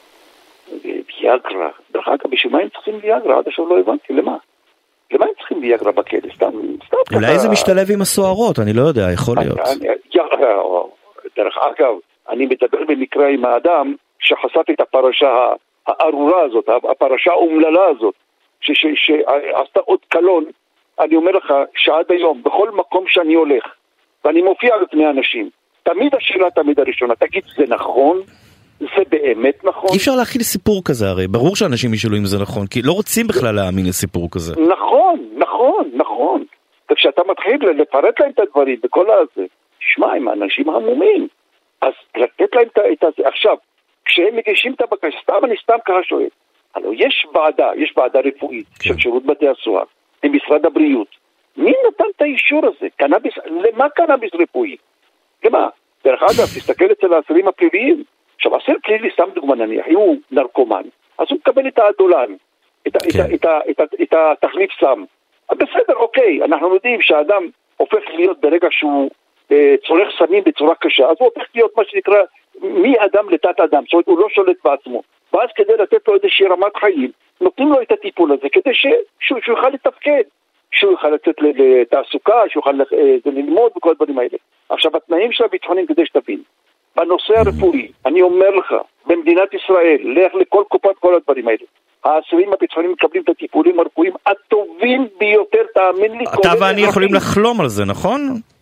F: ויאגרה, דרך אגב, בשביל מה הם צריכים ויאגרה? עד עכשיו לא הבנתי, למה? למה הם צריכים ויאגרה בכלא? סתם, סתם
C: אולי זה משתלב עם הסוהרות, אני לא יודע, יכול להיות.
F: דרך אגב, אני מדבר במקרה עם האדם שחשף את הפרשה הארורה הזאת, הפרשה האומללה הזאת, שעשתה עוד קלון. אני אומר לך שעד היום, בכל מקום שאני הולך, ואני מופיע לפני אנשים, תמיד השאלה תמיד הראשונה, תגיד, זה נכון? זה באמת נכון?
C: אי אפשר להכיל סיפור כזה הרי, ברור שאנשים ישאלו אם זה נכון, כי לא רוצים בכלל להאמין לסיפור כזה.
F: נכון, נכון, נכון. וכשאתה מתחיל לפרט להם את הדברים בכל הזה, שמע, הם האנשים המומים, אז לתת להם את זה. עכשיו, כשהם מגישים את הבקשה, סתם אני סתם ככה שואל, הלוא יש ועדה, יש ועדה רפואית של שירות בתי הסוהר, במשרד הבריאות. מי נתן את האישור הזה? קנאביס, למה קנאביס רפואי? למה? דרך אגב, תסתכל אצל האסירים הפליליים. עכשיו, אסיר פלילי, סתם דוגמה נניח, הוא נרקומן, אז הוא מקבל את האדולן, את, כן. את, את, את, את, את התחליף סם. בסדר, אוקיי, אנחנו יודעים שהאדם הופך להיות ברגע שהוא אה, צורך סמים בצורה קשה, אז הוא הופך להיות מה שנקרא מאדם לתת אדם, זאת אומרת, הוא לא שולט בעצמו. ואז כדי לתת לו איזושהי רמת חיים, נותנים לו את הטיפול הזה, כדי ש, שהוא, שהוא יוכל לתפקד, שהוא יוכל לצאת לתעסוקה, שהוא יוכל אה, ללמוד וכל הדברים האלה. עכשיו, התנאים של הביטחונים כדי שתבין, בנושא הרפואי, אני אומר לך, במדינת ישראל, לך לכל קופת כל הדברים האלה. האסירים הביטחוניים מקבלים את הטיפולים הרפואיים הטובים ביותר, תאמין לי.
C: אתה ואני יכולים לחלום על זה, נכון?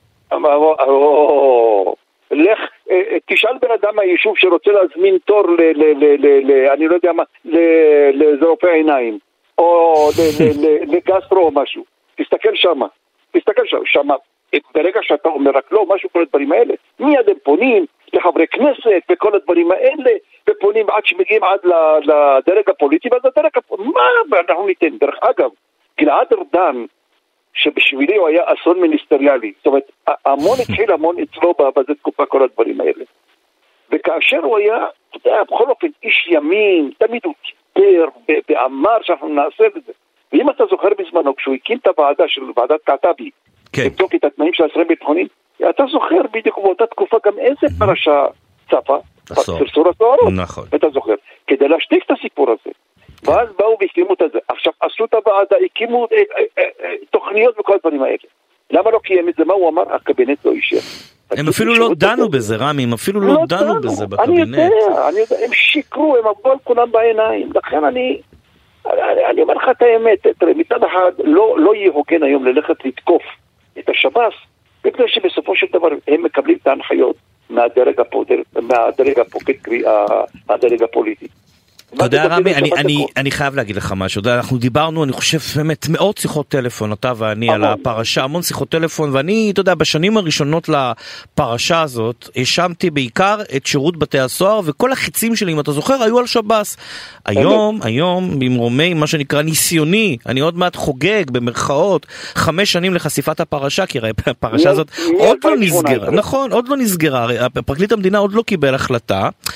F: לך, תשאל בן אדם מהיישוב שרוצה להזמין תור, אני לא יודע מה, לאיזה רופא עיניים, או לגסטרו או משהו. תסתכל שמה, תסתכל שמה. ברגע שאתה אומר רק לא, משהו כל הדברים האלה, מיד הם פונים לחברי כנסת וכל הדברים האלה, ופונים עד שמגיעים עד לדרג הפוליטי, ואז הדרג הפוליטי, מה אנחנו ניתן? דרך אגב, גלעד ארדן, שבשבילי הוא היה אסון מיניסטריאלי, זאת אומרת, המון התחיל המון אצלו בזה תקופה כל הדברים האלה. וכאשר הוא היה, אתה יודע, בכל אופן, איש ימין, תמיד הוא קיפר ואמר שאנחנו נעשה את זה. ואם אתה זוכר בזמנו, כשהוא הקים את הוועדה של ועדת קעטבי, לבדוק את התנאים של האסירים ביטחוניים, אתה זוכר בדיוק באותה תקופה גם איזה פרשה צפה, סרסור הסוהרות,
C: נכון.
F: אתה זוכר, כדי להשתיק את הסיפור הזה. ואז באו והקימו את זה. עכשיו, עשו את הוועדה, הקימו תוכניות וכל הדברים האלה. למה לא קיים את זה? מה הוא אמר? הקבינט לא אישר.
C: הם אפילו לא דנו בזה, רמי, הם אפילו לא דנו בזה בקבינט.
F: אני יודע, אני יודע, הם שיקרו, הם עברו על כולם בעיניים. לכן אני, אני אומר לך את האמת, מצד אחד, לא יהיה הוגן היום ללכת לתקוף את השב"ס, בגלל שבסופו של דבר הם מקבלים את ההנחיות מהדרג הפוליטי.
C: אתה יודע רמי, אני, אני, אני חייב להגיד לך משהו, אנחנו דיברנו, אני חושב באמת מאות שיחות טלפון, אתה ואני על הפרשה, המון שיחות טלפון, ואני, אתה יודע, בשנים הראשונות לפרשה הזאת, האשמתי בעיקר את שירות בתי הסוהר, וכל החיצים שלי, אם אתה זוכר, היו על שב"ס. היום, היום, במרומי, מה שנקרא ניסיוני, אני עוד מעט חוגג במרכאות, חמש שנים לחשיפת הפרשה, כי הפרשה הזאת עוד לא נסגרה, נכון, עוד לא נסגרה, פרקליט המדינה עוד לא קיבל החלטה,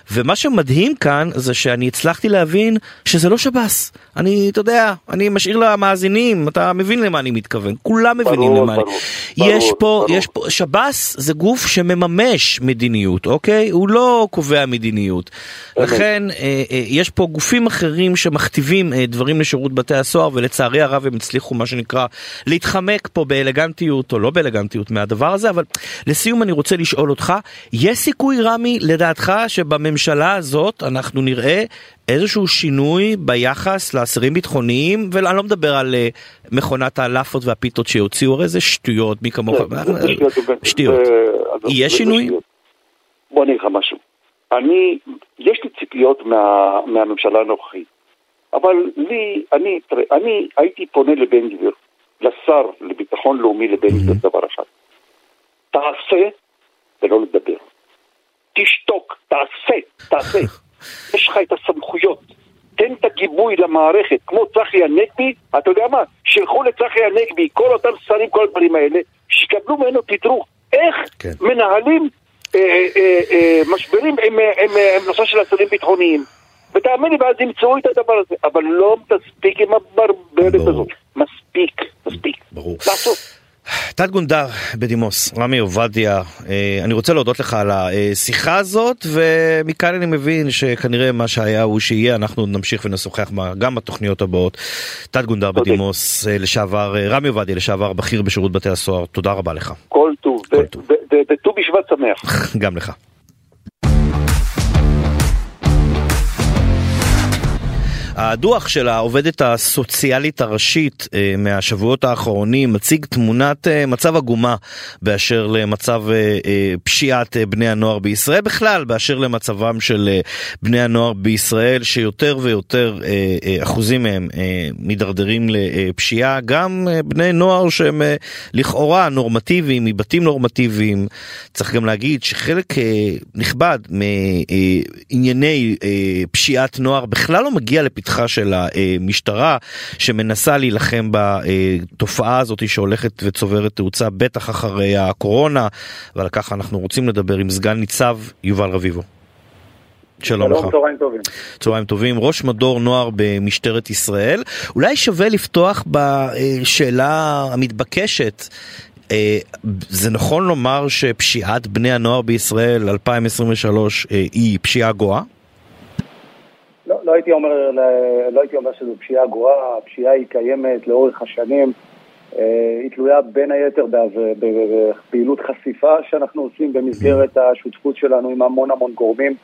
C: ומה שמדהים כאן זה שאני הצלחתי להבין שזה לא שב"ס. אני, אתה יודע, אני משאיר למאזינים, אתה מבין למה אני מתכוון, כולם מבינים
F: ברור,
C: למה
F: ברור,
C: אני...
F: ברור,
C: יש פה,
F: ברור.
C: יש פה, שב"ס זה גוף שמממש מדיניות, אוקיי? הוא לא קובע מדיניות. לכן, אה, אה, יש פה גופים אחרים שמכתיבים אה, דברים לשירות בתי הסוהר, ולצערי הרב הם הצליחו, מה שנקרא, להתחמק פה באלגנטיות, או לא באלגנטיות מהדבר הזה, אבל לסיום אני רוצה לשאול אותך, יש סיכוי, רמי, לדעתך, שבממשלה הזאת אנחנו נראה איזשהו שינוי ביחס לאסירים ביטחוניים, ואני לא מדבר על uh, מכונת הלאפות והפיתות שיוציאו, הרי זה שטויות, מי כמוך, שטויות. יש שינוי?
F: בוא נראה משהו. אני, יש לי ציפיות מהממשלה הנוכחית, אבל לי, אני, אני הייתי פונה לבן גביר, לשר לביטחון לאומי לבן גביר דבר אחד. תעשה ולא לדבר. תשתוק, תעשה, תעשה. יש לך את הסמכויות. תן את הגיבוי למערכת, כמו צחי הנגבי, אתה יודע מה? שלחו לצחי הנגבי, כל אותם שרים, כל הדברים האלה, שקבלו ממנו תדרוך. איך כן. מנהלים אה, אה, אה, משברים עם, עם, עם נושא של אסירים ביטחוניים. ותאמין לי, ואז ימצאו את הדבר הזה. אבל לא תספיק עם הברברת הזאת. מספיק, מספיק.
C: ברור.
F: לעשות.
C: תת גונדר בדימוס, רמי עובדיה, אני רוצה להודות לך על השיחה הזאת, ומכאן אני מבין שכנראה מה שהיה הוא שיהיה, אנחנו נמשיך ונשוחח גם בתוכניות הבאות. תת גונדר בדימוס, לשעבר, רמי עובדיה, לשעבר בכיר בשירות בתי הסוהר, תודה רבה לך.
F: כל טוב, וט"ו בשבט שמח.
C: גם לך. הדוח של העובדת הסוציאלית הראשית אה, מהשבועות האחרונים מציג תמונת אה, מצב עגומה באשר למצב אה, אה, פשיעת אה, בני הנוער בישראל, בכלל באשר למצבם של אה, בני הנוער בישראל, שיותר ויותר אה, אה, אחוזים מהם אה, מדרדרים לפשיעה, גם אה, בני נוער שהם אה, לכאורה נורמטיביים, מבתים נורמטיביים. צריך גם להגיד שחלק אה, נכבד מענייני אה, אה, פשיעת נוער בכלל לא מגיע לפתרון פתחה של המשטרה שמנסה להילחם בתופעה הזאת שהולכת וצוברת תאוצה בטח אחרי הקורונה, ועל כך אנחנו רוצים לדבר עם סגן ניצב יובל רביבו. שלום לך.
B: צהריים טובים.
C: צהריים טובים, ראש מדור נוער במשטרת ישראל. אולי שווה לפתוח בשאלה המתבקשת, זה נכון לומר שפשיעת בני הנוער בישראל אלפיים עשרים ושלוש היא פשיעה גואה?
B: לא, לא הייתי אומר, לא הייתי אומר שזו פשיעה גואה. הפשיעה היא קיימת לאורך השנים, היא תלויה בין היתר בפעילות חשיפה שאנחנו עושים במסגרת השותפות שלנו עם המון המון גורמים.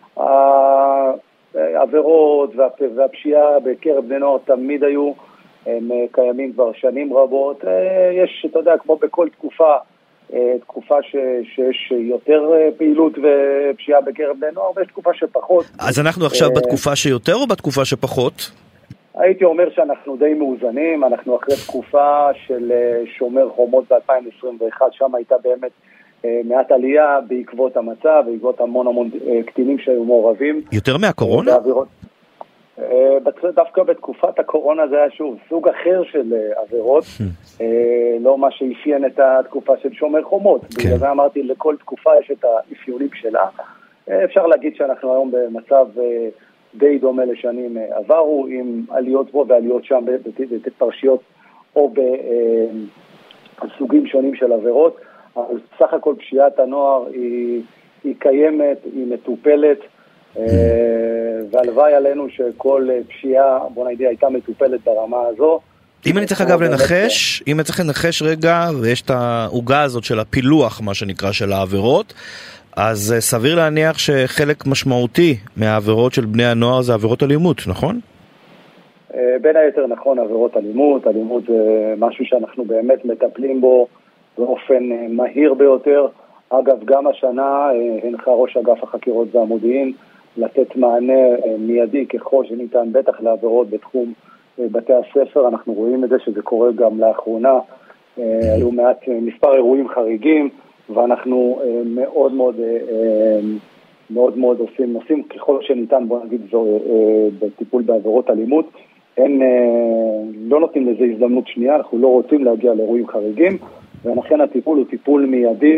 B: העבירות והפשיעה בקרב בני נוער תמיד היו, הם קיימים כבר שנים רבות. יש, אתה יודע, כמו בכל תקופה, תקופה ש, שיש יותר פעילות ופשיעה בקרב בני נוער, ויש תקופה שפחות.
C: אז אנחנו עכשיו בתקופה שיותר או בתקופה שפחות?
B: הייתי אומר שאנחנו די מאוזנים, אנחנו אחרי תקופה של שומר חומות ב-אלפיים עשרים ואחת, שם הייתה באמת מעט עלייה בעקבות המצב, בעקבות המון המון קטינים שהיו מעורבים.
C: יותר מהקורונה?
B: בעבירות. דווקא בתקופת הקורונה זה היה שוב סוג אחר של עבירות, לא מה שאפיין את התקופה של שומר חומות. בגלל זה אמרתי, לכל תקופה יש את האפיונים שלה. אפשר להגיד שאנחנו היום במצב די דומה לשנים עברו, עם עליות פה ועליות שם בפרשיות או בסוגים שונים של עבירות. אבל סך הכל פשיעת הנוער היא, היא קיימת, היא מטופלת, והלוואי עלינו שכל פשיעה, בוא נגיד, הייתה מטופלת ברמה הזו.
C: אם אני צריך אגב לנחש, אם אני צריך לנחש רגע, ויש את העוגה הזאת של הפילוח, מה שנקרא, של העבירות, אז סביר להניח שחלק משמעותי מהעבירות של בני הנוער זה עבירות אלימות, נכון?
B: בין היתר נכון, עבירות אלימות. אלימות זה משהו שאנחנו באמת מטפלים בו באופן מהיר ביותר. אגב, גם השנה הנחה ראש אגף החקירות והמודיעין לתת מענה מיידי ככל שניתן, בטח לעבירות בתחום בתי הספר. אנחנו רואים את זה שזה קורה גם לאחרונה. היו מעט מספר אירועים חריגים, ואנחנו מאוד מאוד מאוד מאוד עושים, עושים ככל שניתן, בוא נגיד, בטיפול בעבירות אלימות. אין, לא נותנים לזה הזדמנות שנייה, אנחנו לא רוצים להגיע לאירועים חריגים, ולכן הטיפול הוא טיפול מיידי,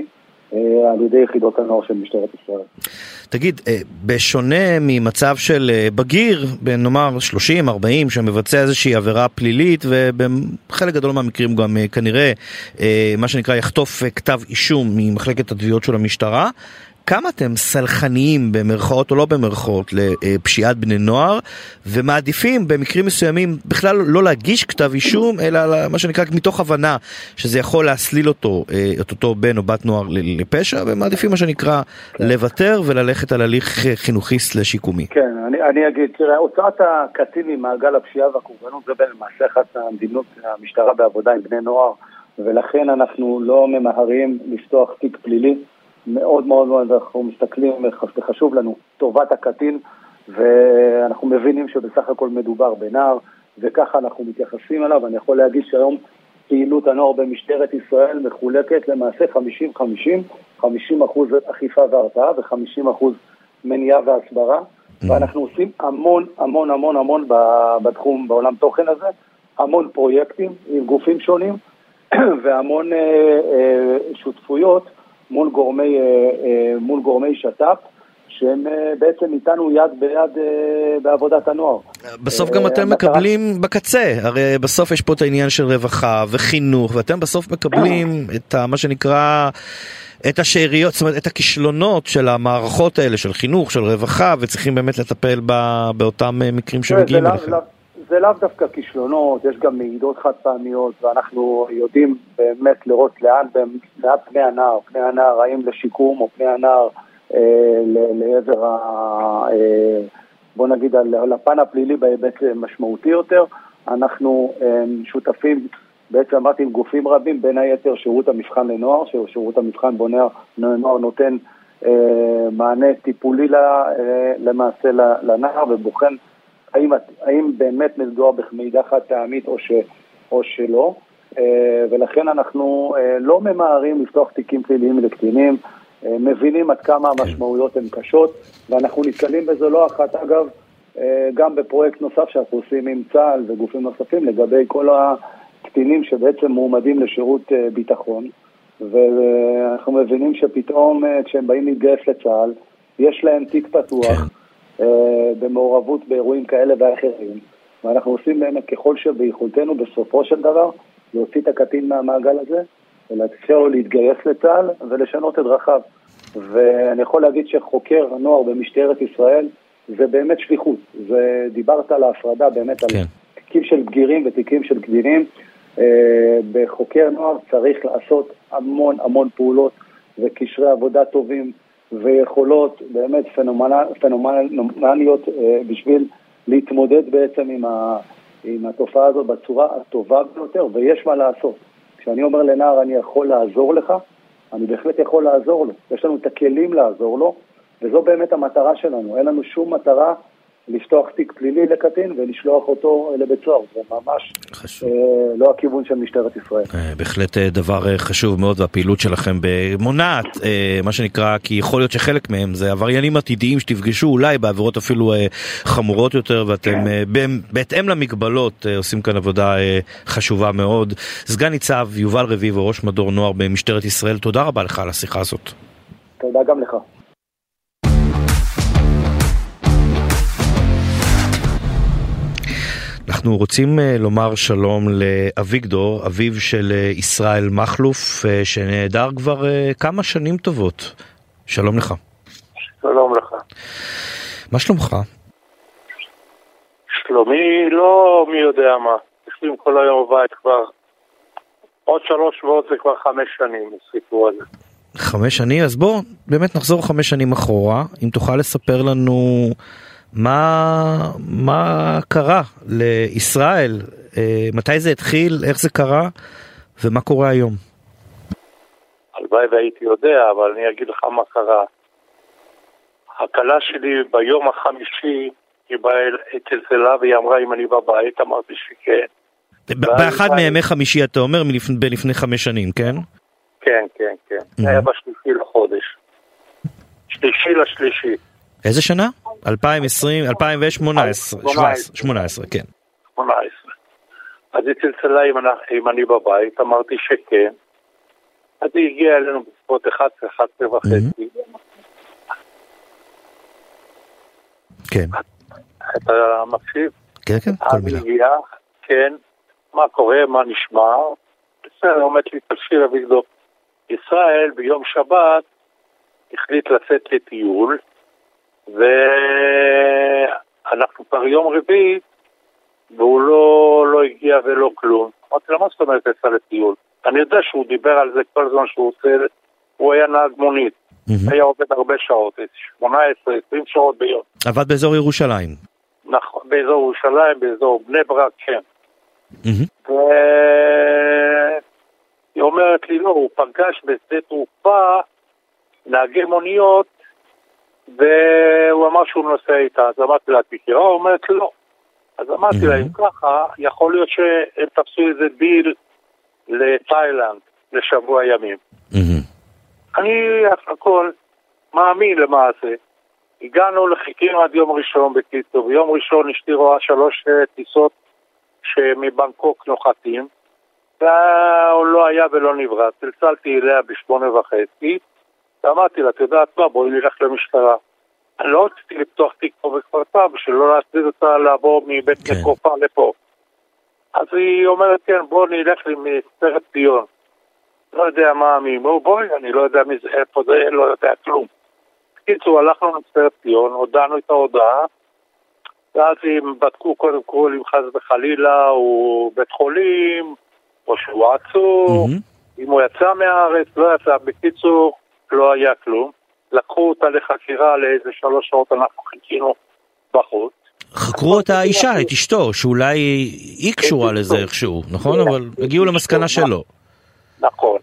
B: על ידי יחידות הנוער של משטרת ישראל.
C: תגיד, בשונה ממצב של בגיר, נאמר שלושים ארבעים, שמבצע איזושהי עבירה פלילית, ובחלק גדול מהמקרים גם כנראה, מה שנקרא, יחטוף כתב אישום ממחלקת התביעות של המשטרה, כמה אתם סלחניים במרכאות או לא במרכאות לפשיעת בני נוער, ומעדיפים במקרים מסוימים בכלל לא להגיש כתב אישום, אלא מה שנקרא מתוך הבנה שזה יכול להסליל אותו, את אותו בן או בת נוער לפשע, ומעדיפים מה שנקרא לוותר וללכת על הליך חינוכי לשיקומי.
B: כן, אני, אני אגיד, תראה, הוצאת הקטין ממעגל הפשיעה והקורבנות זה למעשה אחת המדינות המשטרה בעבודה עם בני נוער, ולכן אנחנו לא ממהרים לפתוח תיק פלילי. מאוד מאוד מאוד אנחנו מסתכלים, חשוב לנו טובת הקטין, ואנחנו מבינים שבסך הכל מדובר בנער, וככה אנחנו מתייחסים אליו. אני יכול להגיד שהיום פעילות הנוער במשטרת ישראל מחולקת למעשה חמישים חמישים, חמישים אחוז אכיפה והרתעה ו-חמישים אחוז מניעה והסברה, ואנחנו עושים המון המון המון המון בתחום, בעולם תוכן הזה, המון פרויקטים עם גופים שונים, והמון אה, אה, שותפויות, מול גורמי, מול גורמי שט"פ, שהם בעצם איתנו יד ביד בעבודת הנוער.
C: בסוף גם אתם מקבלים בקצה, הרי בסוף יש פה את העניין של רווחה וחינוך, ואתם בסוף מקבלים את מה שנקרא, את השאריות, זאת אומרת, את הכישלונות של המערכות האלה, של חינוך, של רווחה, וצריכים באמת לטפל באותם מקרים שמגיעים אליכם.
B: זה לאו דווקא כישלונות, יש גם מעידות חד פעמיות, ואנחנו יודעים באמת לראות לאן, לאן פני הנער, פני הנער, האם לשיקום או פני הנער אה, לעבר, ה, אה, בוא נגיד, על הפן הפלילי בהיבט משמעותי יותר. אנחנו אה, שותפים, בעצם אמרתי, עם גופים רבים, בין היתר שירות המבחן לנוער, שירות המבחן בו נוער נותן אה, מענה טיפולי לה, אה, למעשה לנער, ובוחן האם, האם באמת מדובר במידע חד פעמית או, ש, או שלא, ולכן אנחנו לא ממהרים לפתוח תיקים פליליים לקטינים, מבינים עד כמה המשמעויות הן קשות, ואנחנו נתקלים בזה לא אחת, אגב, גם בפרויקט נוסף שאנחנו עושים עם צה"ל וגופים נוספים, לגבי כל הקטינים שבעצם מועמדים לשירות ביטחון, ואנחנו מבינים שפתאום כשהם באים להתגייס לצה"ל, יש להם תיק פתוח, במעורבות באירועים כאלה ואחרים, ואנחנו עושים באמת ככל שביכולתנו בסופו של דבר להוציא את הקטין מהמעגל הזה ולאפשר לו להתגייס לצה"ל ולשנות את דרכיו. ואני יכול להגיד שחוקר הנוער במשטרת ישראל זה באמת שליחות. זה, דיברת על ההפרדה באמת כן. על תיקים של בגירים ותיקים של קטינים. בחוקר נוער צריך לעשות המון המון פעולות וקשרי עבודה טובים ויכולות באמת פנומנליות בשביל להתמודד בעצם עם, ה, עם התופעה הזאת בצורה הטובה ביותר, ויש מה לעשות. כשאני אומר לנער אני יכול לעזור לך, אני בהחלט יכול לעזור לו. יש לנו את הכלים לעזור לו, וזו באמת המטרה שלנו. אין לנו שום מטרה לפתוח תיק פלילי לקטין ולשלוח אותו לבית סוהר. זה ממש אה, לא הכיוון של משטרת ישראל.
C: אה, בהחלט דבר חשוב מאוד, והפעילות שלכם במונעת, אה, מה שנקרא, כי יכול להיות שחלק מהם זה עבריינים עתידיים שתפגשו אולי בעבירות אפילו אה, חמורות יותר, ואתם אה, בהתאם למגבלות אה, עושים כאן עבודה אה, חשובה מאוד. סגן ניצב יובל רביבו, ראש מדור נוער במשטרת ישראל, תודה רבה לך על השיחה הזאת.
B: תודה גם לך.
C: אנחנו רוצים לומר שלום לאביגדור, אביו של ישראל מחלוף, שנעדר כבר כמה שנים טובות. שלום לך.
G: שלום לך.
C: מה שלומך?
G: שלומי לא מי יודע מה. יושבים כל היום בבית כבר. עוד שלוש שבועות זה כבר חמש שנים, הסיפור הזה.
C: חמש שנים? אז בוא באמת נחזור חמש שנים אחורה. אם תוכל לספר לנו מה, מה קרה לישראל, מתי זה התחיל, איך זה קרה ומה קורה היום.
G: הלוואי והייתי יודע, אבל אני אגיד לך מה קרה. הכלה שלי ביום החמישי היא באה אצלה והיא אמרה אם אני בבית, אמרתי שכן.
C: באחד מימי חמישי אתה אומר בלפני חמש שנים, כן?
G: כן, כן, כן. זה היה בשלישי לחודש. שלישי לשלישי.
C: איזה שנה? אלפיים ועשרים, אלפיים ושמונה עשרה, שמונה עשרה, כן.
G: שמונה עשרה. אז היא צלצלה אם אני בבית, אמרתי שכן. אז היא הגיעה אלינו בסביבות אחת עשרה אחת עשרה וחצי.
C: כן.
G: אתה מקשיב?
C: כן, כן, כל מילה.
G: כן, מה קורה, מה נשמע? בסדר, עומד לי תקשיב אביגדור. ישראל ביום שבת החליט לצאת לטיול, ואנחנו כבר יום רביעי, והוא לא, לא הגיע ולא כלום. אמרתי, למה זאת אומרת יצא לטיול? אני יודע שהוא דיבר על זה כל זמן שהוא עושה, הוא היה נהג מונית. Mm-hmm. היה עובד הרבה שעות, שמונה עשרה עשרים שעות ביום.
C: עבד באזור ירושלים.
G: נכון, באזור ירושלים, באזור בני ברק, כן. Mm-hmm. והיא אומרת לי, לא, הוא פגש בשדה תעופה, נהגי מוניות, והוא אמר שהוא נוסע איתה. אז אמרתי לה, תכירה, הוא אומרת לא. אז אמרתי mm-hmm. לה, אם ככה, יכול להיות שהם תפסו איזה דיל לתאילנד לשבוע ימים. Mm-hmm. אני אף הכל מאמין למעשה. הגענו לחיכינו עד יום ראשון בקיצור, ביום ראשון אשתי רואה שלוש טיסות שמבנקוק נוחתים, והוא לא היה ולא נברא. צלצלתי אליה בשמונה וחצי, ואמרתי לה, אתה יודעת מה, בואי נלך למשטרה. אני לא רציתי לפתוח תיק פה בכפר סבא, שלא להסביר אותה לעבור מבית כן. נקופה לפה. אז היא אומרת, כן, בוא נלך למספרת ציון. לא יודע מה מימו, בואי, אני לא יודע מזה, איפה זה, לא יודע כלום. קיצור, הלכנו למספרת ציון, הודענו את ההודעה, ואז הם בדקו קודם כל אם חס וחלילה הוא בית חולים, או שהוא עצור, mm-hmm. אם הוא יצא מהארץ, לא יצא, בקיצור, לא היה כלום. לקחו אותה לחקירה לאיזה שלוש שעות, אנחנו חיכינו בחוץ.
C: חקרו את האישה, את אשתו, שאולי היא קשורה לזה איכשהו, נכון? אבל הגיעו למסקנה שלו.
G: נכון.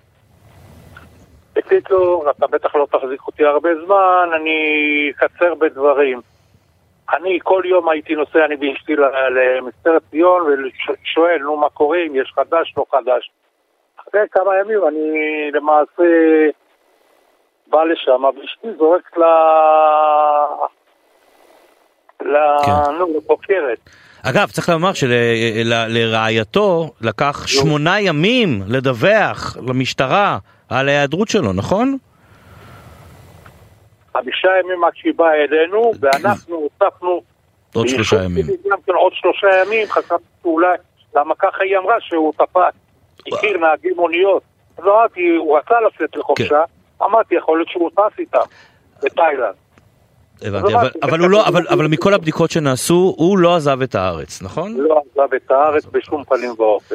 G: בקיצור, אתה בטח לא תחזיק אותי הרבה זמן, אני אקצר בדברים. אני כל יום הייתי נוסע, אני באשתי למספרת ציון, ושואל, נו מה קורה, אם יש חדש, לא חדש. אחרי כמה ימים אני למעשה בא לשם, ואשתי זורקת ל... לפוקרת.
C: אגב, צריך לומר שלרעייתו לקח שמונה ימים לדווח למשטרה על ההיעדרות שלו, נכון?
G: חמישה ימים עד שהיא באה אלינו, ואנחנו הוספנו
C: עוד שלושה ימים.
G: עוד שלושה ימים, חשבתי אולי, למה ככה היא אמרה שהוא תפס, הכיר נהגי מוניות. לא אמרתי, הוא רצה לצאת לחופשה, אמרתי, יכול להיות שהוא טס איתה, בתאילנד.
C: הבנתי, אבל הוא לא, אבל, אבל מכל הבדיקות שנעשו, הוא לא עזב את הארץ, נכון?
G: לא עזב את הארץ בשום פנים ואופן.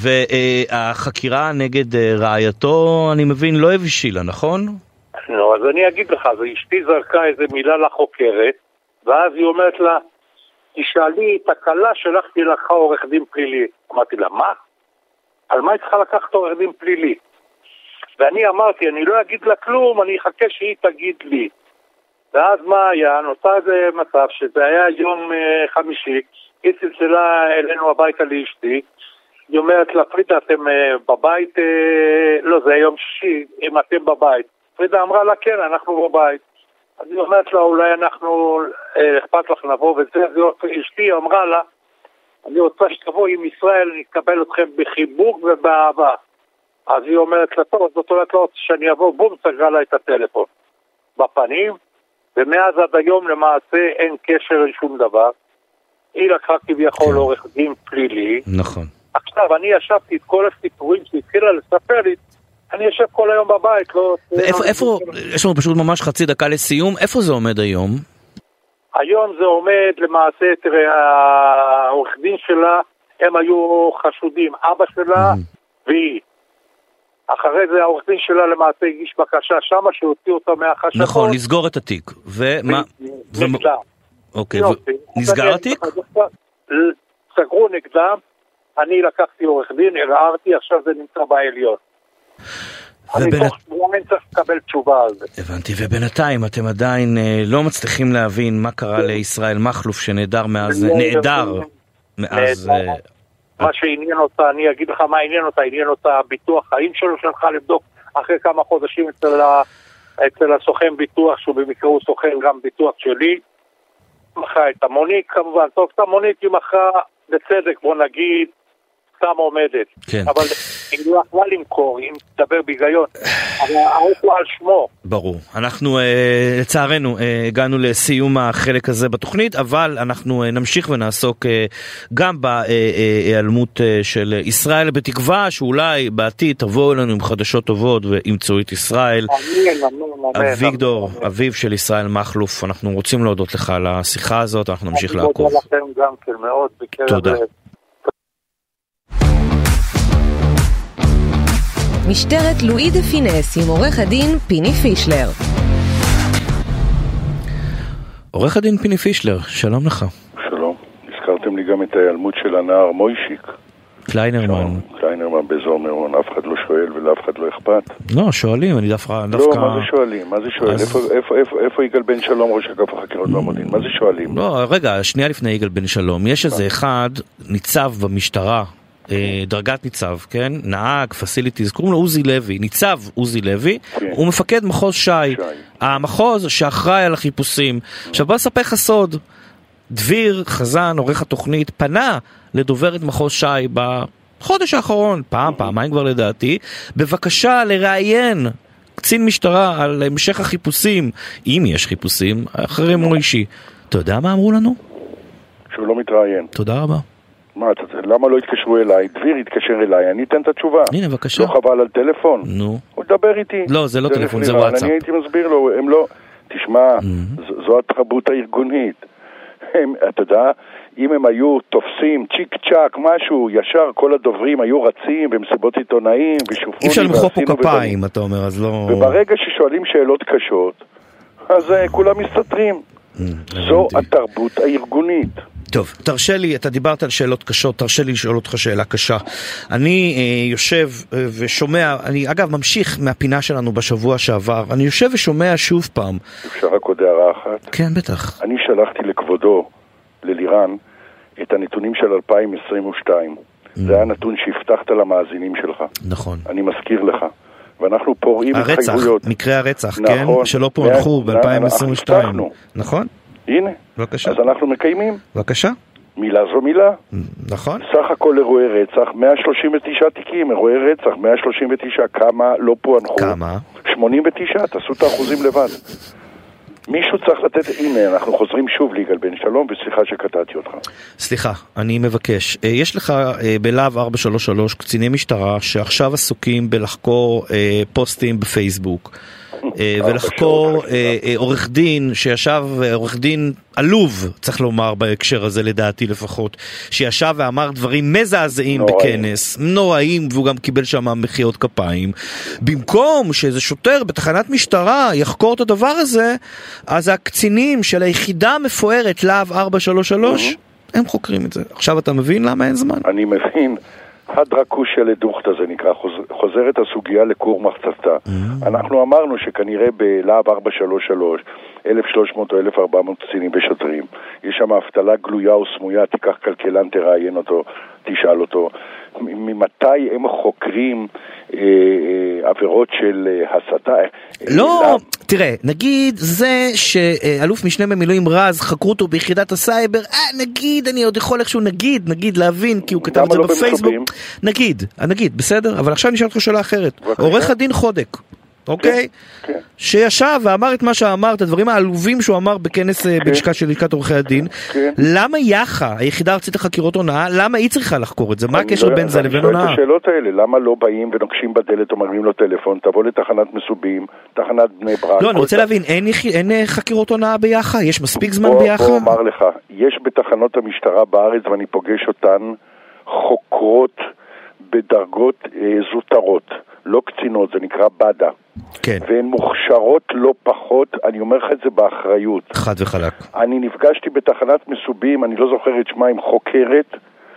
C: והחקירה נגד רעייתו, אני מבין, לא הבשילה, נכון?
G: לא, אז אני אגיד לך, אז אשתי זרקה איזה מילה לחוקרת, ואז היא אומרת לה, תשאלי את הקלה שלחתי לך עורך דין פלילי. אמרתי לה, מה? על מה היא צריכה לקחת עורך דין פלילי? ואני אמרתי, אני לא אגיד לה כלום, אני אחכה שהיא תגיד לי. ואז מה היה? נוצר איזה מצב שזה היה יום uh, חמישי, היא צלצלה אלינו הביתה לאשתי, היא אומרת לה, פרידה, אתם uh, בבית? Uh, לא, זה היום שישי, אם אתם בבית. פרידה אמרה לה, כן, אנחנו בבית. אז היא אומרת לה, אולי אנחנו, uh, אכפת לך נבוא וזה, אז אשתי אמרה לה, אני רוצה שתבוא עם ישראל, אני אקבל אתכם בחיבוק ובאהבה. אז היא אומרת לה, טוב, זאת אומרת לא רוצה שאני אבוא, בום, סגרה לה את הטלפון בפנים, ומאז עד היום למעשה אין קשר לשום דבר. היא לקחה כביכול עורך דין פלילי.
C: נכון.
G: עכשיו, אני ישבתי את כל הסיפורים שהתחילה לספר לי, אני יושב כל היום בבית, לא...
C: ואיפה, איפה, יש לנו פשוט ממש חצי דקה לסיום, איפה זה עומד היום?
G: היום זה עומד למעשה, תראה, העורך דין שלה, הם היו חשודים, אבא שלה והיא. אחרי זה העורך דין שלה למעשה הגיש בקשה שמה שהוציא אותה מהחשדות.
C: נכון, לסגור את התיק. ומה?
G: נגדם.
C: אוקיי, נסגר התיק?
G: סגרו נגדם, אני לקחתי עורך דין, הרערתי, עכשיו זה נמצא בעליון. אני תוך שבועיים צריך לקבל תשובה על זה.
C: הבנתי, ובינתיים אתם עדיין לא מצליחים להבין מה קרה לישראל מכלוף שנעדר מאז, נעדר מאז...
G: מה שעניין אותה, אני אגיד לך מה עניין אותה, עניין אותה ביטוח חיים שלו, שלך לבדוק אחרי כמה חודשים אצל, ה, אצל הסוכן ביטוח, שהוא במקרה הוא סוכן גם ביטוח שלי, מכרה את המונית כמובן, טוב, את המונית היא מכרה בצדק, בוא נגיד, סתם עומדת.
C: כן.
G: אבל היא לא יכלה למכור, אם תדבר בהיגיון, אבל האוטו על שמו.
A: ברור. אנחנו, לצערנו, הגענו לסיום החלק הזה בתוכנית, אבל אנחנו נמשיך ונעסוק גם בהיעלמות של ישראל, בתקווה שאולי בעתיד תבואו אלינו עם חדשות טובות וימצאו את ישראל. אביגדור, אביו של ישראל מכלוף, אנחנו רוצים להודות לך על השיחה הזאת, אנחנו נמשיך לעקוב.
G: אני מודה לכם גם כן מאוד.
A: תודה.
H: משטרת לואי דה פינס עם עורך הדין פיני פישלר.
A: עורך הדין פיני פישלר, שלום לך.
I: שלום. הזכרתם לי גם את ההיעלמות של הנער מוישיק.
A: קליינרמן.
I: קליינרמן באזור מירון, אף אחד לא שואל ולאף אחד לא אכפת.
A: לא, שואלים, אני דווקא...
I: לא, מה זה שואלים? מה זה שואל? איפה יגאל בן שלום, ראש אגף החקירות והמודיעין? מה זה שואלים?
A: לא, רגע, שנייה לפני יגאל בן שלום, יש איזה אחד, ניצב במשטרה, דרגת ניצב, כן? נהג, פסיליטיז, קוראים לו עוזי לוי, ניצב עוזי לוי, הוא מפקד מחוז שי, המחוז שאחראי על החיפושים. עכשיו בוא נספר לך סוד, דביר חזן, עורך התוכנית, פנה לדוברת מחוז שי בחודש האחרון, פעם, פעמיים כבר לדעתי, בבקשה לראיין קצין משטרה על המשך החיפושים, אם יש חיפושים, אחרי מוישי. אתה יודע מה אמרו לנו?
I: שהוא לא מתראיין.
A: תודה רבה.
I: מה, למה לא התקשרו אליי? דביר התקשר אליי, אני אתן את התשובה.
A: הנה, בבקשה.
I: לא חבל על טלפון?
A: נו.
I: הוא דבר איתי.
A: לא, זה לא טלפון, זה וואטסאפ.
I: אני הייתי מסביר לו, הם לא... תשמע, זו התרבות הארגונית. אתה יודע, אם הם היו תופסים צ'יק צ'ק משהו, ישר כל הדוברים היו רצים במסיבות עיתונאים ושופונים.
A: אי אפשר למחוא פה כפיים, אתה אומר, אז לא...
I: וברגע ששואלים שאלות קשות, אז כולם מסתתרים. זו התרבות הארגונית.
A: טוב, תרשה לי, אתה דיברת על שאלות קשות, תרשה לי לשאול אותך שאלה קשה. אני אה, יושב ושומע, אני אגב ממשיך מהפינה שלנו בשבוע שעבר, אני יושב ושומע שוב פעם.
I: אפשר רק עוד הערה אחת?
A: כן, בטח.
I: אני שלחתי לכבודו, ללירן, את הנתונים של אלפיים עשרים ושתיים. Mm. זה היה נתון שהבטחת למאזינים שלך.
A: נכון.
I: אני מזכיר לך. ואנחנו פורעים התחייבויות.
A: מקרה הרצח,
I: נכון,
A: כן? שלא פוענחו ב-אלפיים עשרים ושתיים. נכון?
I: הנה,
A: בבקשה.
I: אז אנחנו מקיימים.
A: בבקשה.
I: מילה זו מילה.
A: נכון.
I: סך הכל אירועי רצח, מאה שלושים ותשעה תיקים, אירועי רצח, מאה שלושים ותשעה, כמה לא פוענחו?
A: כמה?
I: שמונים ותשעה, תעשו את האחוזים לבד. מישהו צריך לתת, הנה, אנחנו חוזרים שוב ליגאל בן שלום, וסליחה שקטעתי אותך.
A: סליחה, אני מבקש. יש לך בלהב ארבע שלוש שלוש קציני משטרה שעכשיו עסוקים בלחקור פוסטים בפייסבוק. ולחקור עורך דין שישב, עורך דין עלוב, צריך לומר בהקשר הזה לדעתי לפחות, שישב ואמר דברים מזעזעים בכנס, נוראים, והוא גם קיבל שם מחיאות כפיים. במקום שאיזה שוטר בתחנת משטרה יחקור את הדבר הזה, אז הקצינים של היחידה המפוארת להב ארבע שלוש שלוש הם חוקרים את זה. עכשיו אתה מבין למה אין זמן?
I: אני מבין. הדרקושיה לדוכתא זה נקרא, חוזרת הסוגיה לקור מחצבתה. Mm-hmm. אנחנו אמרנו שכנראה בלהב ארבע שלוש שלוש, אלף ושלוש מאות או אלף וארבע מאות קצינים ושוטרים, יש שם אבטלה גלויה או סמויה, תיקח כלכלן, תראיין אותו, תשאל אותו. ממתי הם חוקרים אה, אה, עבירות של אה, הסתה?
A: לא, אה, תראה, נגיד זה שאלוף משנה במילואים רז חקרו אותו ביחידת הסייבר, אה, נגיד, אני עוד יכול איכשהו נגיד, נגיד להבין, כי הוא כתב את זה
I: לא
A: בפייסבוק.
I: במסובים?
A: נגיד, נגיד, בסדר? אבל עכשיו נשאל אותך שאלה אחרת. עורך הדין חודק. אוקיי?
I: כן, כן.
A: שישב ואמר את מה שאמר, את הדברים העלובים שהוא אמר בכנס כן. בלשכה של לשכת עורכי הדין. כן. למה יחה, היחידה הארצית לחקירות הונאה, למה היא צריכה לחקור את זה? מה הקשר
I: לא,
A: בין זה לבין הונאה?
I: אני שואל את השאלות האלה, למה לא באים ונוקשים בדלת או מרימים לו טלפון, תבוא לתחנת מסובים, תחנת בני ברק.
A: לא, אני רוצה להבין, אין, אין חקירות הונאה ביחה? יש מספיק זמן
I: בוא,
A: ביחה?
I: בוא אומר לך, יש בתחנות המשטרה בארץ, ואני פוגש אותן, חוקרות בדרגות אה, זוטרות. לא קצינות, זה נקרא בדה.
A: כן.
I: והן מוכשרות לא פחות, אני אומר לך את זה באחריות.
A: חד וחלק.
I: אני נפגשתי בתחנת מסובים, אני לא זוכר את שמה, עם חוקרת,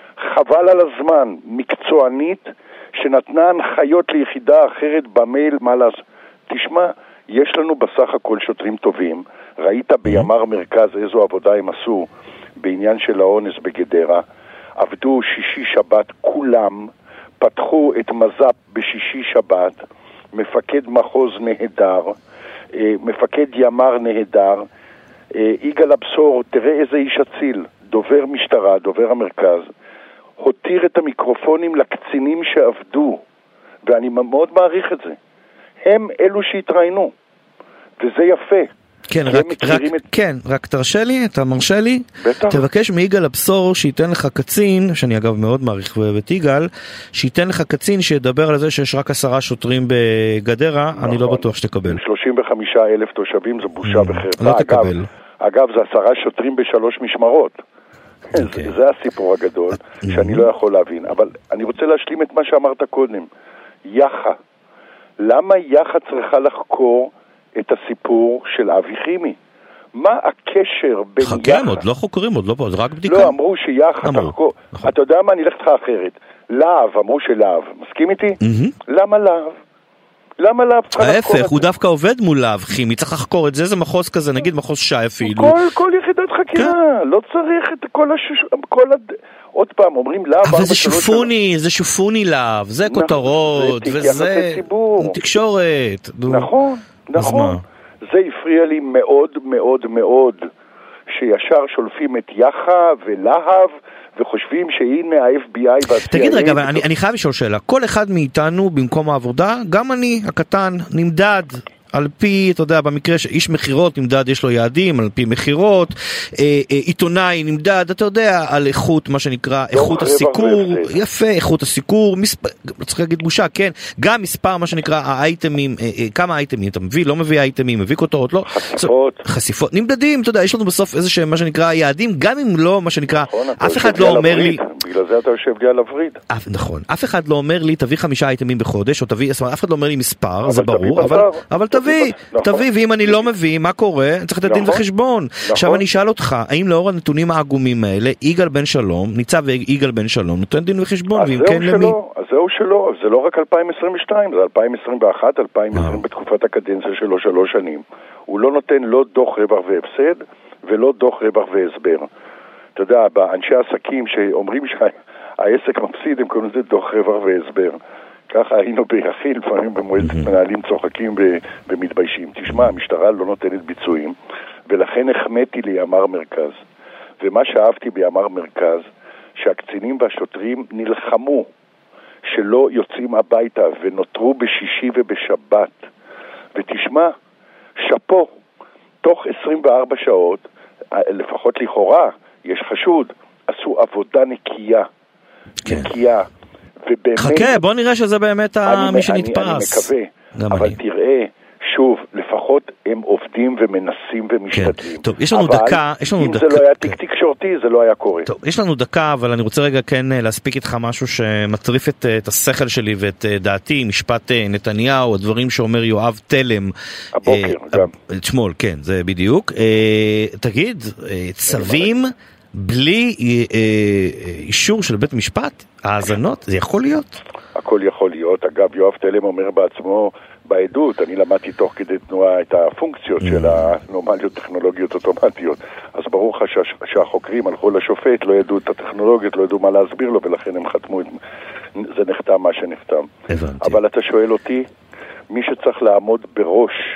I: חבל על הזמן, מקצוענית, שנתנה הנחיות ליחידה אחרת במייל, מה לעשות? תשמע, יש לנו בסך הכל שוטרים טובים, ראית בימ"ר מרכז איזו עבודה הם עשו בעניין של האונס בגדרה, עבדו שישי שבת כולם, פתחו את מז"פ בשישי שבת, מפקד מחוז נהדר, מפקד ימ"ר נהדר, יגאל הבשור, תראה איזה איש אציל, דובר משטרה, דובר המרכז, הותיר את המיקרופונים לקצינים שעבדו, ואני מאוד מעריך את זה. הם אלו שהתראינו, וזה יפה.
C: כן, רק, רק, את... כן, רק תרשה לי, אתה מרשה לי?
I: בטח.
C: תבקש מיגאל הבשור שייתן לך קצין, שאני אגב מאוד מעריך ואת יגאל, שייתן לך קצין שידבר על זה שיש רק עשרה שוטרים בגדרה, נכון. אני לא בטוח שתקבל.
I: שלושים וחמישה אלף תושבים זה בושה וחרפה.
C: לא תקבל.
I: אגב, אגב, זה עשרה שוטרים בשלוש משמרות. Okay. זה, זה הסיפור הגדול, שאני לא יכול להבין. אבל אני רוצה להשלים את מה שאמרת קודם. יחה. למה יחה צריכה לחקור את הסיפור של אבי חימי? מה הקשר בין יחה?
C: חכים, עוד לא חוקרים, עוד לא פה, זה רק בדיקה.
I: לא, אמרו שיחה תחקור. נכון. אתה יודע מה, אני אלך לך אחרת. להב, אמרו שלהב. מסכים איתי? Mm-hmm. למה להב? למה להב צריך לחקור את זה?
C: ההפך, הוא דווקא עובד מול להב חימי, צריך לחקור את זה, זה מחוז כזה, נגיד מחוז שי אפילו.
I: כל, כל יחידת חקירה, כן. לא צריך את כל הש... כל הד... עוד פעם, אומרים להב...
C: אבל זה שופוני, זה שופוני להב, זה כותרות, וזה... תקשורת.
I: נכון, נכון. זה הפריע לי מאוד מאוד מאוד, שישר שולפים את יחה ולהב, וחושבים שהנה ה-אף בי איי וה-סי איי איי...
C: תגיד רגע, אבל אני, אני חייב לשאול שאלה. כל אחד מאיתנו במקום העבודה, גם אני, הקטן, נמדד על פי, אתה יודע, במקרה שאיש מחירות נמדד, יש לו יעדים, על פי מחירות, אה, אה, עיתונאי נמדד, אתה יודע, על איכות, מה שנקרא, איכות הסיקור, יפה, איכות הסיקור, מספר, לא צריך להגיד בושה, כן, גם מספר, מה שנקרא, האייטמים, אה, אה, כמה אייטמים, אתה מביא, לא מביא אייטמים, מביא כותרות, לא,
I: חשיפות,
C: חשיפות, נמדדים, אתה יודע, יש לנו בסוף איזה שהם, מה שנקרא, יעדים, גם אם לא, מה שנקרא, אף אחד לא אומר לי,
I: בגלל זה אתה יושב לי על הווריד.
C: נכון, אף אחד לא אומר לי, תביא חמישה אייטמים בחודש, או תביא, אף אחד לא אומר לי מספר, זה ברור, אבל תביא, תביא, ואם אני לא מביא, מה קורה? צריך לתת דין וחשבון. עכשיו אני אשאל אותך, האם לאור הנתונים העגומים האלה, יגאל בן שלום, ניצב יגאל בן שלום, נותן דין וחשבון, ואם כן למי?
I: אז זהו שלא, זה לא רק אלפיים עשרים ושתיים, זה אלפיים עשרים ואחת, אלפיים ועשרים בתקופת הקדנציה שלו שלוש שנים. הוא לא נותן לא דוח רווח והפסד, ולא דוח רווח והסבר. אתה יודע, באנשי עסקים שאומרים שהעסק מפסיד, הם קוראים לזה דוח רווח והסבר. ככה היינו ביחיד, לפעמים במועצת מנהלים צוחקים ומתביישים. תשמע, המשטרה לא נותנת ביצועים, ולכן החמאתי לימ"ר מרכז. ומה שאהבתי בימ"ר מרכז, שהקצינים והשוטרים נלחמו שלא יוצאים הביתה ונותרו בשישי ובשבת. ותשמע, שפו, תוך עשרים וארבע שעות, לפחות לכאורה, יש חשוד, עשו עבודה נקייה.
C: כן.
I: נקייה. ובאמת,
C: חכה, בוא נראה שזה באמת מי שנתפס.
I: אני מקווה, אבל אני. תראה, שוב, לפחות הם עובדים ומנסים ומשתדלים.
C: כן. טוב, יש לנו דקה, יש לנו
I: אם
C: דקה.
I: זה לא היה תיק תקשורתי, זה לא היה קורה.
C: טוב, יש לנו דקה, אבל אני רוצה רגע כן להספיק איתך משהו שמטריף את, את השכל שלי ואת דעתי, משפט נתניהו, הדברים שאומר יואב תלם.
I: הבוקר,
C: אה,
I: גם.
C: אתמול, כן, זה בדיוק. אה, תגיד, אה, צווים בלי אה, אה, אישור של בית משפט, האזנות, זה יכול להיות?
I: הכל יכול להיות. אגב, יואב תלם אומר בעצמו, בעדות, אני למדתי תוך כדי תנועה את הפונקציות mm. של הנורמליות טכנולוגיות אוטומטיות. אז ברור לך שה, שהחוקרים הלכו לשופט, לא ידעו את הטכנולוגיות, לא ידעו מה להסביר לו, ולכן הם חתמו, זה נחתם מה שנחתם.
C: הבנתי.
I: אבל אתה שואל אותי, מי שצריך לעמוד בראש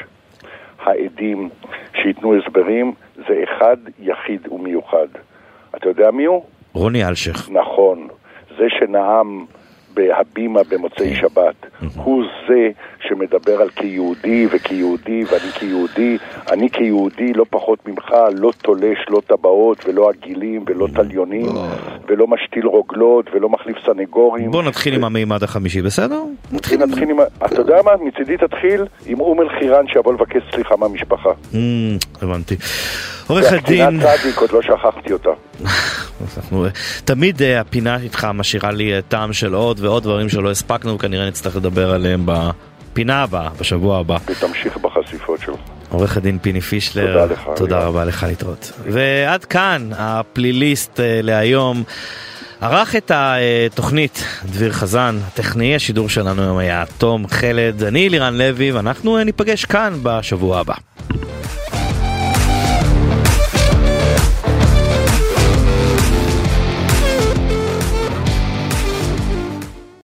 I: העדים שיתנו הסברים, זה אחד יחיד ומיוחד. אתה יודע מי הוא?
C: רוני אלשך.
I: נכון. זה שנאם בהבימה במוצאי שבת. הוא זה שמדבר על כיהודי וכיהודי ואני כיהודי. אני כיהודי לא פחות ממך, לא תולש, לא טבעות ולא עגילים ולא תליונים ולא משתיל רוגלות ולא מחליף סנגורים.
C: בוא נתחיל עם המימד החמישי, בסדר?
I: נתחיל עם... אתה יודע מה? מצידי תתחיל עם אום אל חירן שיבוא לבקש סליחה מהמשפחה.
C: הבנתי. עורך הדין...
I: והקצינה צדיק, עוד לא שכחתי אותה.
C: תמיד הפינה איתך משאירה לי טעם של עוד ועוד דברים שלא הספקנו, כנראה נצטרך לדבר עליהם בפינה הבאה, בשבוע הבא.
I: ותמשיך בחשיפות שלך.
C: עורך הדין פיני פישלר,
I: תודה לך.
C: תודה רבה לך להתראות. ועד כאן הפליליסט להיום. ערך את התוכנית דביר חזן, הטכנאי השידור שלנו היום היה תום חלד, אני לירן לוי, ואנחנו ניפגש כאן בשבוע הבא.